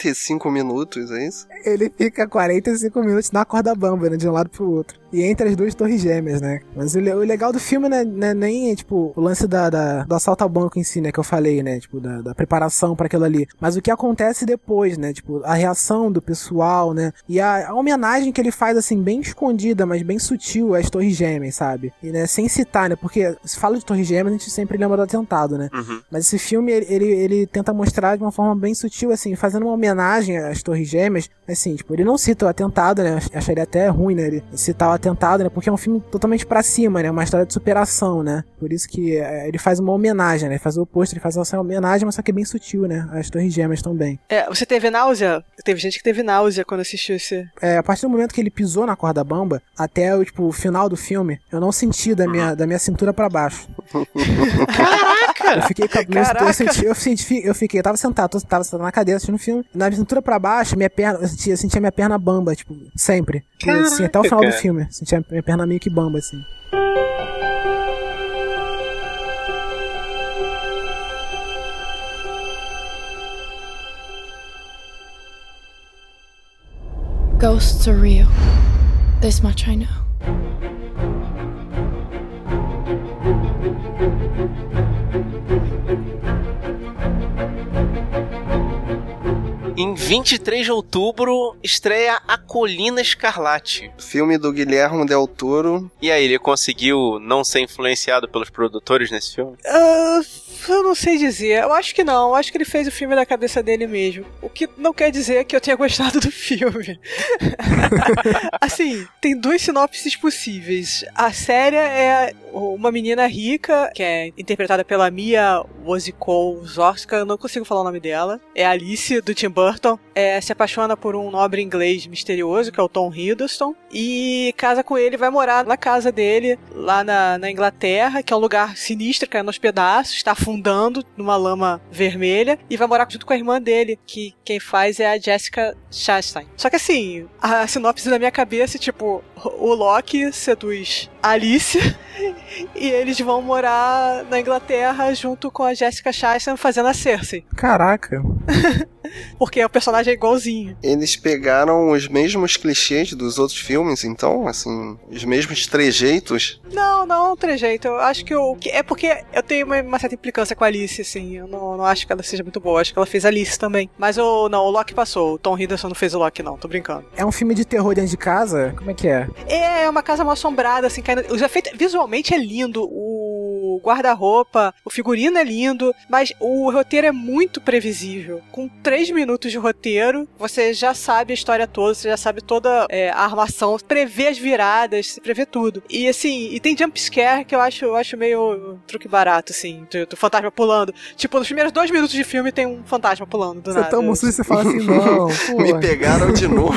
45 minutos, é isso? Ele fica 45 minutos na corda bamba, né? De um lado pro outro. E entre as duas torres gêmeas, né? Mas o legal do filme, né? Nem, tipo, o lance do assalto ao banco em si, né? Que eu falei, né? Tipo, da preparação pra aquilo ali. Mas o que acontece depois, né? Tipo, a reação do pessoal, né? E a homenagem que ele faz, assim, bem escondida, mas bem sutil às torres gêmeas, sabe? E, né? Sem citar, né? Porque se fala de torres gêmeas, a gente sempre lembra do atentado, né? Uhum. Mas esse filme, ele tenta mostrar de uma forma bem sutil, assim, fazendo uma homenagem às torres gêmeas, assim, tipo, ele não cita o atentado, né? Acharia até ruim, né? Ele citar o atentado, né? Porque é um filme totalmente pra cima, né? Uma história de superação, né? Por isso que ele faz uma homenagem, né? Ele faz o oposto, ele faz essa homenagem, mas só que é bem sutil, né? Às torres gêmeas também. Você teve náusea? Teve gente que teve náusea quando assistiu esse... A partir do momento que ele pisou na corda bamba, até o final do filme, eu não senti da minha cintura pra baixo. Caraca! Eu fiquei com a eu tava sentado na cadeira assistindo o filme, na cintura pra baixo, eu sentia minha perna bamba, tipo, sempre. Caraca, assim, até o final do filme, sentia minha perna meio que bamba, assim. Ghosts are real. This much I know. Em 23 de outubro, estreia A Colina Escarlate. Filme do Guillermo del Toro. E aí, ele conseguiu não ser influenciado pelos produtores nesse filme? Eu não sei dizer. Eu acho que não. Eu acho que ele fez o filme da cabeça dele mesmo. O que não quer dizer que eu tenha gostado do filme. Assim, tem duas sinopses possíveis. A série é uma menina rica, que é interpretada pela Mia Wasikowska, eu não consigo falar o nome dela. É a Alice, do Tim Burton. Se apaixona por um nobre inglês misterioso, que é o Tom Hiddleston, e casa com ele, vai morar na casa dele, lá na Inglaterra, que é um lugar sinistro, caindo aos pedaços, está afundado afundando numa lama vermelha e vai morar junto com a irmã dele, que quem faz é a Jessica Chastain. Só que assim, a sinopse da minha cabeça, tipo, o Loki seduz a Alicia e eles vão morar na Inglaterra junto com a Jessica Chastain fazendo a Cersei. Caraca. Porque o personagem é igualzinho. Eles pegaram os mesmos clichês dos outros filmes, então, assim, os mesmos trejeitos. Não trejeito. Eu acho que é porque eu tenho uma certa implicância com a Alice, assim. Eu não acho que ela seja muito boa. Acho que ela fez a Alice também. Mas o Loki passou. O Tom Hiddleston não fez o Loki, não. Tô brincando. É um filme de terror dentro de casa? Como é que é? É uma casa mal assombrada, assim, caindo. Os efeitos visualmente é lindo. O guarda-roupa, o figurino é lindo, mas o roteiro é muito previsível. Com 3 minutos de roteiro, você já sabe a história toda, você já sabe toda a armação, você prevê as viradas, você prevê tudo. E assim, e tem jumpscare que eu acho meio truque barato, assim, do fantasma pulando. Tipo, nos primeiros 2 minutos de filme tem um fantasma pulando do nada. Você tá mostrando e você fala assim, não, pô. Me pegaram de novo.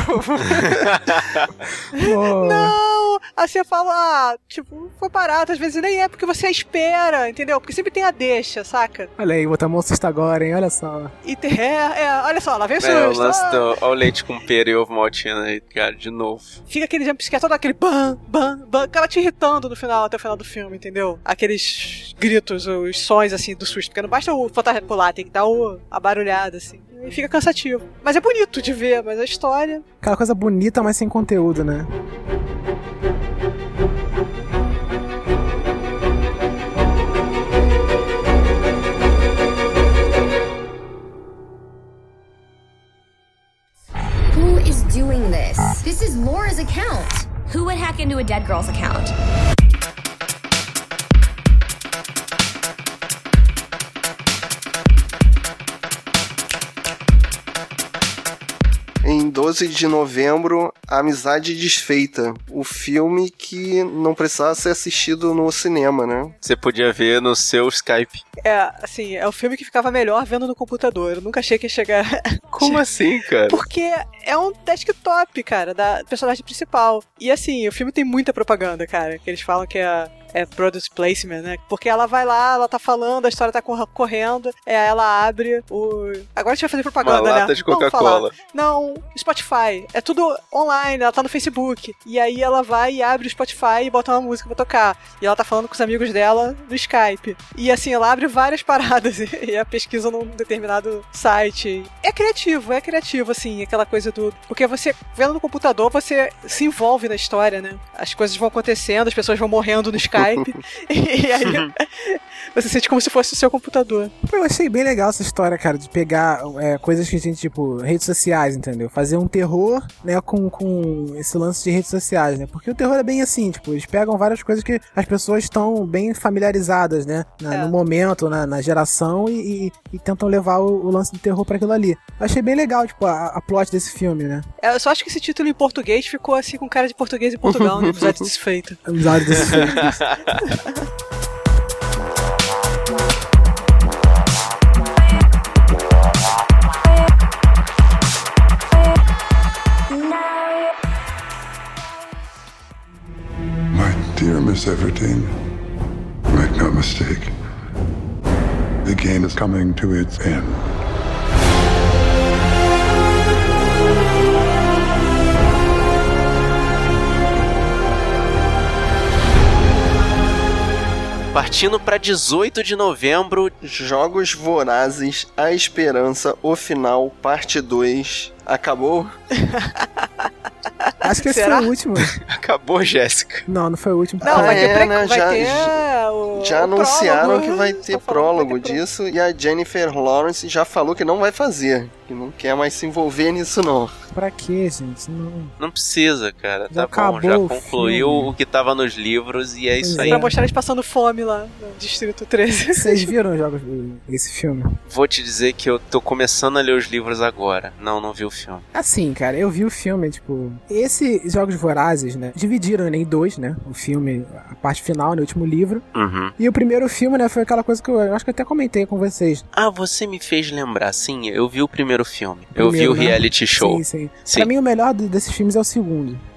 Não! Assim eu falo, tipo, foi barato, às vezes nem é porque você espera, entendeu? Porque sempre tem a deixa, saca? Olha aí, vou botar susto agora, hein? Olha só. E olha só, lá vem o susto. O lance olha o leite com pera e ovo maltino aí, cara, de novo. Fica aquele jumpscare, todo aquele bam, acaba te irritando no final, até o final do filme, entendeu? Aqueles gritos, os sons, assim, do susto. Porque não basta o fantasma pular, tem que dar a barulhada, assim. E fica cansativo. Mas é bonito de ver, mas a história... Aquela coisa bonita, mas sem conteúdo, né? Who is doing this? This is Laura's account. Who would hack into a dead girl's account? Em 12 de novembro, Amizade Desfeita. O filme que não precisava ser assistido no cinema, né? Você podia ver no seu Skype. Assim, é o filme que ficava melhor vendo no computador. Eu nunca achei que ia chegar... Como assim, cara? Porque é um desktop, cara, da personagem principal. E assim, o filme tem muita propaganda, cara, que eles falam que é product placement, né? Porque ela vai lá, ela tá falando, a história tá correndo, ela abre Agora a gente vai fazer propaganda, uma lata de Coca-Cola. Não, Spotify. É tudo online, ela tá no Facebook. E aí ela vai e abre o Spotify e bota uma música pra tocar. E ela tá falando com os amigos dela no Skype. E assim, ela abre várias paradas e a pesquisa num determinado site. É criativo, assim, aquela coisa do... Porque você, vendo no computador, você se envolve na história, né? As coisas vão acontecendo, as pessoas vão morrendo no Skype. E aí você sente como se fosse o seu computador. Eu achei bem legal essa história, cara, de pegar coisas que a gente, tipo, redes sociais, entendeu? Fazer um terror, né, com esse lance de redes sociais, né? Porque o terror é bem assim, tipo, eles pegam várias coisas que as pessoas estão bem familiarizadas, né? No momento, na geração e tentam levar o lance do terror pra aquilo ali. Eu achei bem legal, tipo, a plot desse filme, né? Eu só acho que esse título em português ficou assim com cara de português em Portugal, né? Amizade Desfeita. Amizade Desfeita. My dear Miss Everdeen, make no mistake. The game is coming to its end. Partindo para 18 de novembro, Jogos Vorazes, A Esperança, O Final, parte 2. Acabou? Acho que esse foi o último. Acabou, Jéssica. Não foi o último. Não, vai ter, né? Já anunciaram prólogo, que vai ter prólogo disso e a Jennifer Lawrence já falou que não vai fazer, que não quer mais se envolver nisso não. Pra quê, gente? Não precisa, cara. Já tá bom, já concluiu filme. o que tava nos livros e é isso aí. Pra mostrar eles passando fome lá no Distrito 13. Vocês viram esse filme? Vou te dizer que eu tô começando a ler os livros agora. Não vi o filme. Assim, cara, eu vi o filme, tipo... Esses Jogos Vorazes, né? Dividiram em 2, né? O filme, a parte final, no último livro. Uhum. E o primeiro filme, né? Foi aquela coisa que eu acho que eu até comentei com vocês. Ah, você me fez lembrar. Sim, eu vi o primeiro filme. Eu vi o reality show. Sim. Pra mim, o melhor desses filmes é o segundo.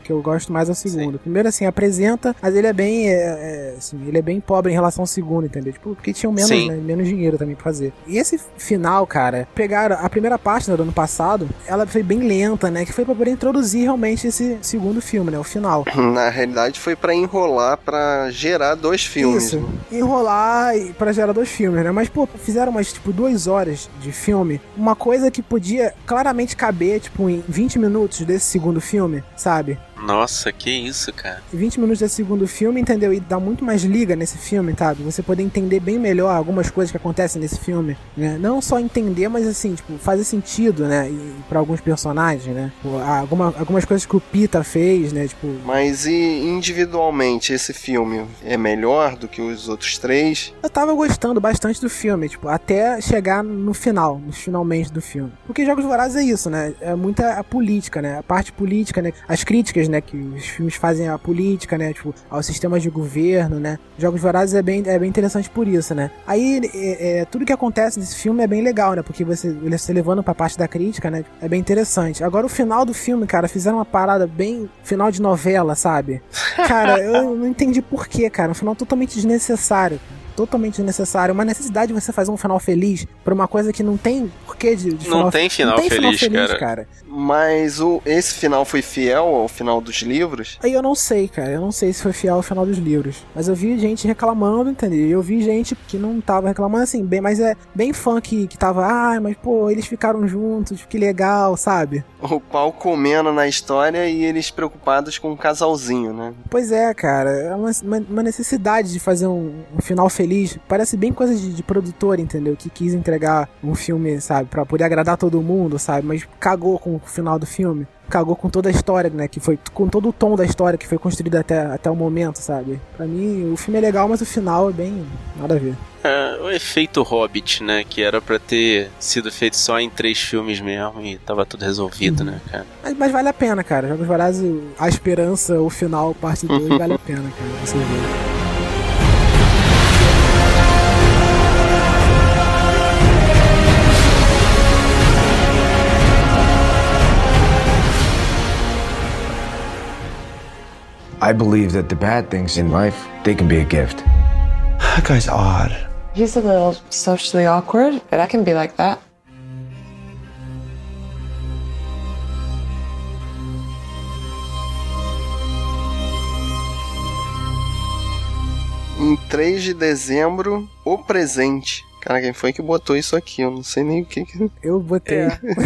que eu gosto mais é o segundo. O primeiro, assim, apresenta, mas ele é bem, assim, ele é bem pobre em relação ao segundo, entendeu? Tipo, porque tinham menos, né, menos dinheiro também pra fazer. E esse final, cara, pegaram a primeira parte, né, do ano passado, ela foi bem lenta, né, que foi pra poder introduzir realmente esse segundo filme, né, o final. Na realidade foi pra enrolar, pra gerar 2 filmes. Isso, enrolar pra gerar 2 filmes, né, mas, pô, fizeram umas, tipo, 2 horas de filme, uma coisa que podia claramente caber, tipo, em 20 minutos desse segundo filme, sabe? Nossa, que isso, cara. 20 minutos desse segundo filme, entendeu? E dá muito mais liga nesse filme, sabe? Você poder entender bem melhor algumas coisas que acontecem nesse filme, né? Não só entender, mas assim, tipo, fazer sentido, né? E pra alguns personagens, né? Tipo, algumas coisas que o Peter fez, né? Tipo... Mas e individualmente, esse filme é melhor do que os outros 3? Eu tava gostando bastante do filme, tipo, até chegar no final, nos finalmente do filme. Porque Jogos Vorazes é isso, né? É muita a política, né? A parte política, né? As críticas, né, que os filmes fazem à política, né, tipo, aos sistemas de governo, né. Jogos Vorazes é bem interessante por isso, né. Aí, tudo que acontece nesse filme é bem legal, né, porque você levando pra parte da crítica, né, é bem interessante. Agora, o final do filme, cara, fizeram uma parada bem final de novela, sabe? Cara, eu não entendi por quê, cara, um final totalmente desnecessário, totalmente desnecessário. Uma necessidade de você fazer um final feliz pra uma coisa que não tem porquê de final. Não tem final feliz, cara. Mas esse final foi fiel ao final dos livros? Aí eu não sei, cara. Eu não sei se foi fiel ao final dos livros. Mas eu vi gente reclamando, entendeu? Eu vi gente que não tava reclamando assim, bem, mas é bem fã que tava, mas pô, eles ficaram juntos, que legal, sabe? O pau comendo na história e eles preocupados com um casalzinho, né? Pois é, cara. É uma necessidade de fazer um final feliz. Parece bem coisa de produtor, entendeu? Que quis entregar um filme, sabe? Pra poder agradar todo mundo, sabe? Mas cagou com o final do filme. Cagou com toda a história, né? Que foi com todo o tom da história que foi construída até o momento, sabe? Pra mim, o filme é legal, mas o final é bem... nada a ver. É, o efeito Hobbit, né? Que era pra ter sido feito só em 3 filmes mesmo e tava tudo resolvido, né, cara? Mas vale a pena, cara. Jogos Vorazes, a esperança, o final, parte 2, vale a pena, cara. Você vê. I believe that the bad things in life, they can be a gift. That guy's odd. He's a little socially awkward, but I can be like that. Em 3 de dezembro, O Presente. Cara, quem foi que botou isso aqui? Eu não sei nem o que... Eu botei.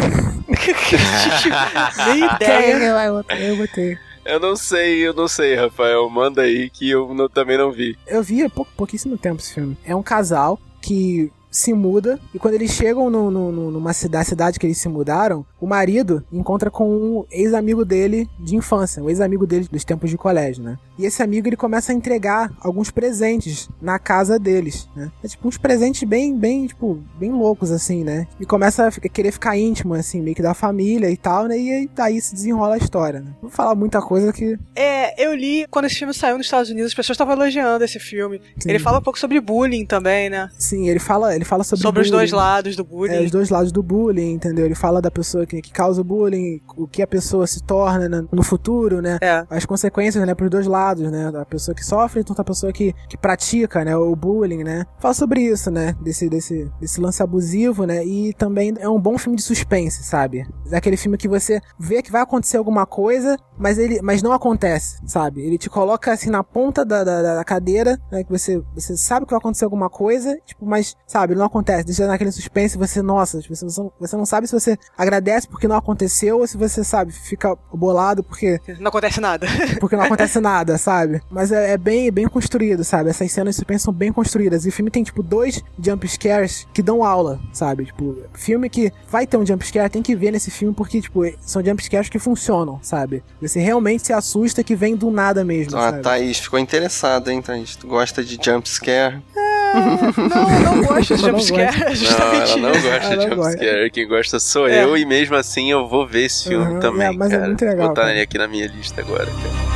Nem ideia. Eu botei. Eu não sei, Rafael. Manda aí que eu também não vi. Eu vi há pouquíssimo tempo esse filme. É um casal que se muda, e quando eles chegam numa cidade que eles se mudaram, o marido encontra com um ex-amigo dele de infância, um ex-amigo dele dos tempos de colégio, né? E esse amigo, ele começa a entregar alguns presentes na casa deles, né? É tipo uns presentes bem loucos, assim, né? E começa a querer ficar íntimo, assim, meio que da família e tal, né? E daí se desenrola a história, né? Não vou falar muita coisa que... Eu li, quando esse filme saiu nos Estados Unidos, as pessoas estavam elogiando esse filme. Sim. Ele fala um pouco sobre bullying também, né? Sim, ele fala sobre bullying. Os dois lados do bullying. Os dois lados do bullying, entendeu? Ele fala da pessoa que causa o bullying, o que a pessoa se torna no futuro, né? As consequências, né, pros dois lados, né? Da pessoa que sofre e da pessoa que pratica, né, o bullying, né? Fala sobre isso, né? Desse lance abusivo, né? E também é um bom filme de suspense, sabe? É aquele filme que você vê que vai acontecer alguma coisa, mas não acontece, sabe? Ele te coloca assim na ponta da cadeira, né? Que você sabe que vai acontecer alguma coisa, tipo, mas, sabe, não acontece. Deixa naquele suspense, você não sabe se você agradece porque não aconteceu ou se você, sabe, fica bolado porque... Não acontece nada. Porque não acontece nada, sabe? Mas é bem construído, sabe? Essas cenas de suspense são bem construídas. E o filme tem, tipo, 2 jump scares que dão aula, sabe? Tipo, filme que vai ter um jump scare, tem que ver nesse filme porque, tipo, são jump scares que funcionam, sabe? Você realmente se assusta que vem do nada mesmo, sabe? A Thaís ficou interessada, hein, Thaís? Tu gosta de jump scare? Não gosto de jumpscare, justamente. Não, ela não gosta de jumpscare. Quem gosta sou eu, e mesmo assim eu vou ver esse filme também, mas cara. É muito legal, vou botar ele aqui na minha lista agora, cara.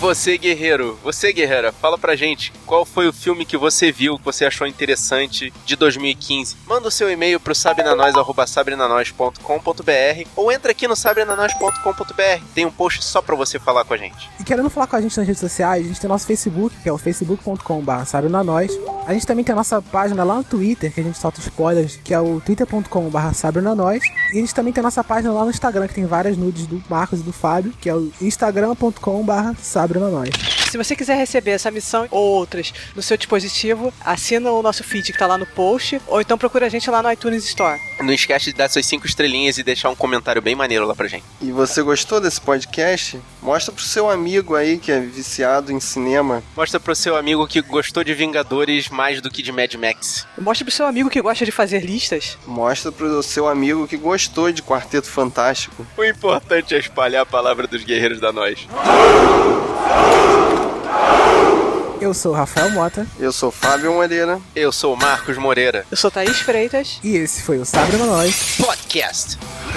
você, guerreiro, guerreira, fala pra gente qual foi o filme que você viu, que você achou interessante de 2015. Manda o seu e-mail pro sabrenanois@sabrenanois.com.br ou entra aqui no sabrenanois.com.br. Tem um post só pra você falar com a gente. E querendo falar com a gente nas redes sociais, a gente tem nosso Facebook, que é o facebook.com/sabrenanois. A gente também tem a nossa página lá no Twitter, que a gente solta spoilers, que é o twitter.com/sabrenanois. E a gente também tem a nossa página lá no Instagram, que tem várias nudes do Marcos e do Fábio, que é o instagram.com/sabrenanois. Se você quiser receber essa missão ou outras no seu dispositivo, assina o nosso feed que tá lá no post, ou então procura a gente lá no iTunes Store. Não esquece de dar suas 5 estrelinhas e deixar um comentário bem maneiro lá pra gente. E você gostou desse podcast? Mostra pro seu amigo aí que é viciado em cinema. Mostra pro seu amigo que gostou de Vingadores mais do que de Mad Max. Mostra pro seu amigo que gosta de fazer listas. Mostra pro seu amigo que gostou de Quarteto Fantástico. O importante é espalhar a palavra dos guerreiros da nós. Eu sou o Rafael Mota. Eu sou o Fábio Moreira. Eu sou o Marcos Moreira. Eu sou Thaís Freitas. E esse foi o Sabre na Nós Podcast.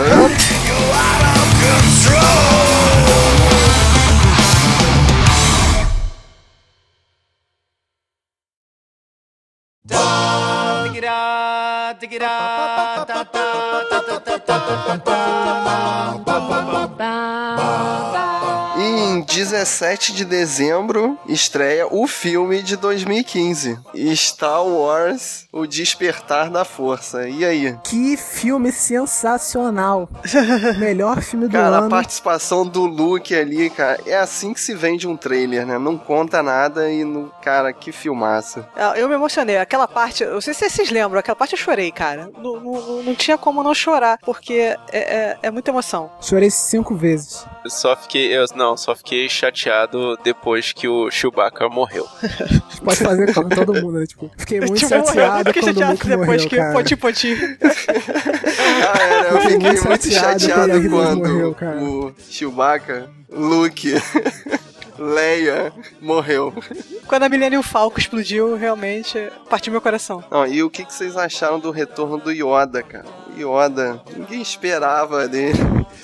E em 17 de dezembro estreia o filme de 2015, Star Wars, O Despertar da Força. E aí? Que filme sensacional. Melhor filme do ano. Cara, a participação do Luke ali, cara, é assim que se vende um trailer, né? Não conta nada e, cara, que filmaço. Eu me emocionei. Aquela parte, eu não sei se vocês lembram, aquela parte eu chorei, cara. Não tinha como não chorar, porque é muita emoção. Chorei 5 vezes. Eu só fiquei chateado depois que o Chewbacca morreu. Pode fazer com todo mundo, né? Tipo, fiquei muito chateado quando o Luke morreu, cara. Poti. Eu fiquei muito chateado quando o Chewbacca, Luke, Leia morreu. Quando a Millennium Falcon explodiu, realmente partiu meu coração. E o que vocês acharam do retorno do Yoda, cara? O Yoda, ninguém esperava dele.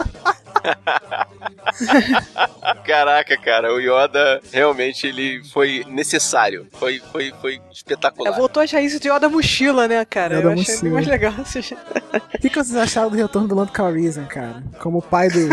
Caraca, cara, o Yoda realmente ele foi necessário. Foi espetacular. Voltou às raízes de Yoda mochila, né, cara? Yoda eu achei bem mais legal. O que vocês acharam do retorno do Lando Calrissian, cara? Como pai do...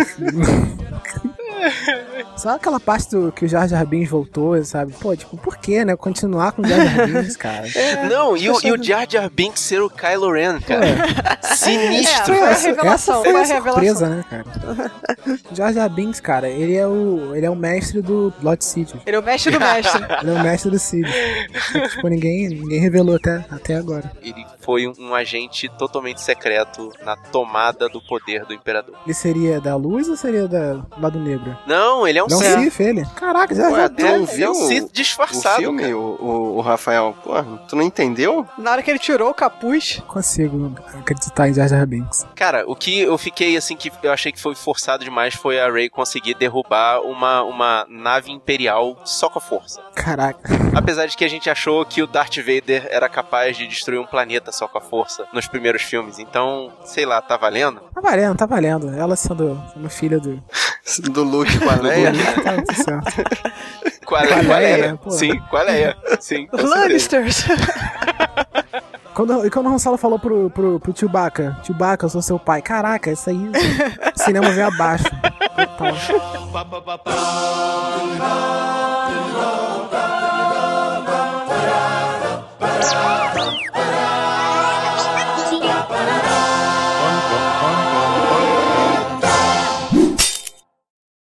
Só aquela parte que o Jar Jar Binks voltou, sabe? Pô, tipo, por que, né? Continuar com o Jar Jar Binks, cara. Não, e o Jar Jar Binks ser o Kylo Ren, cara. Sinistro. Foi a revelação. Foi a surpresa, né, cara? O Jar Jar Binks, cara, ele é o mestre do Lord Sidious. Ele é o mestre do mestre. Ele é o mestre do Sidious. Tipo, ninguém revelou até agora. Ele foi um agente totalmente secreto na tomada do poder do Imperador. Ele seria da luz ou seria do lado negro? Não, ele é um Sith, ele. Caraca, já tu não viu um Sith disfarçado, o filme, o Rafael? Porra, tu não entendeu? Na hora que ele tirou o capuz... Consigo acreditar em Jar Jar Binks. Cara, o que eu fiquei, assim, que eu achei que foi forçado demais foi a Rey conseguir derrubar uma nave imperial só com a força. Caraca. Apesar de que a gente achou que o Darth Vader era capaz de destruir um planeta só com a força nos primeiros filmes. Então, sei lá, tá valendo? Tá valendo. Ela sendo filha do Luke com a Leia. Tá tudo certo. Com a Leia, né? Sim, com a Leia. Sim, Lannisters. Quando o Han Solo falou pro Chewbacca, eu sou seu pai. Caraca, isso aí, o cinema veio abaixo. Total.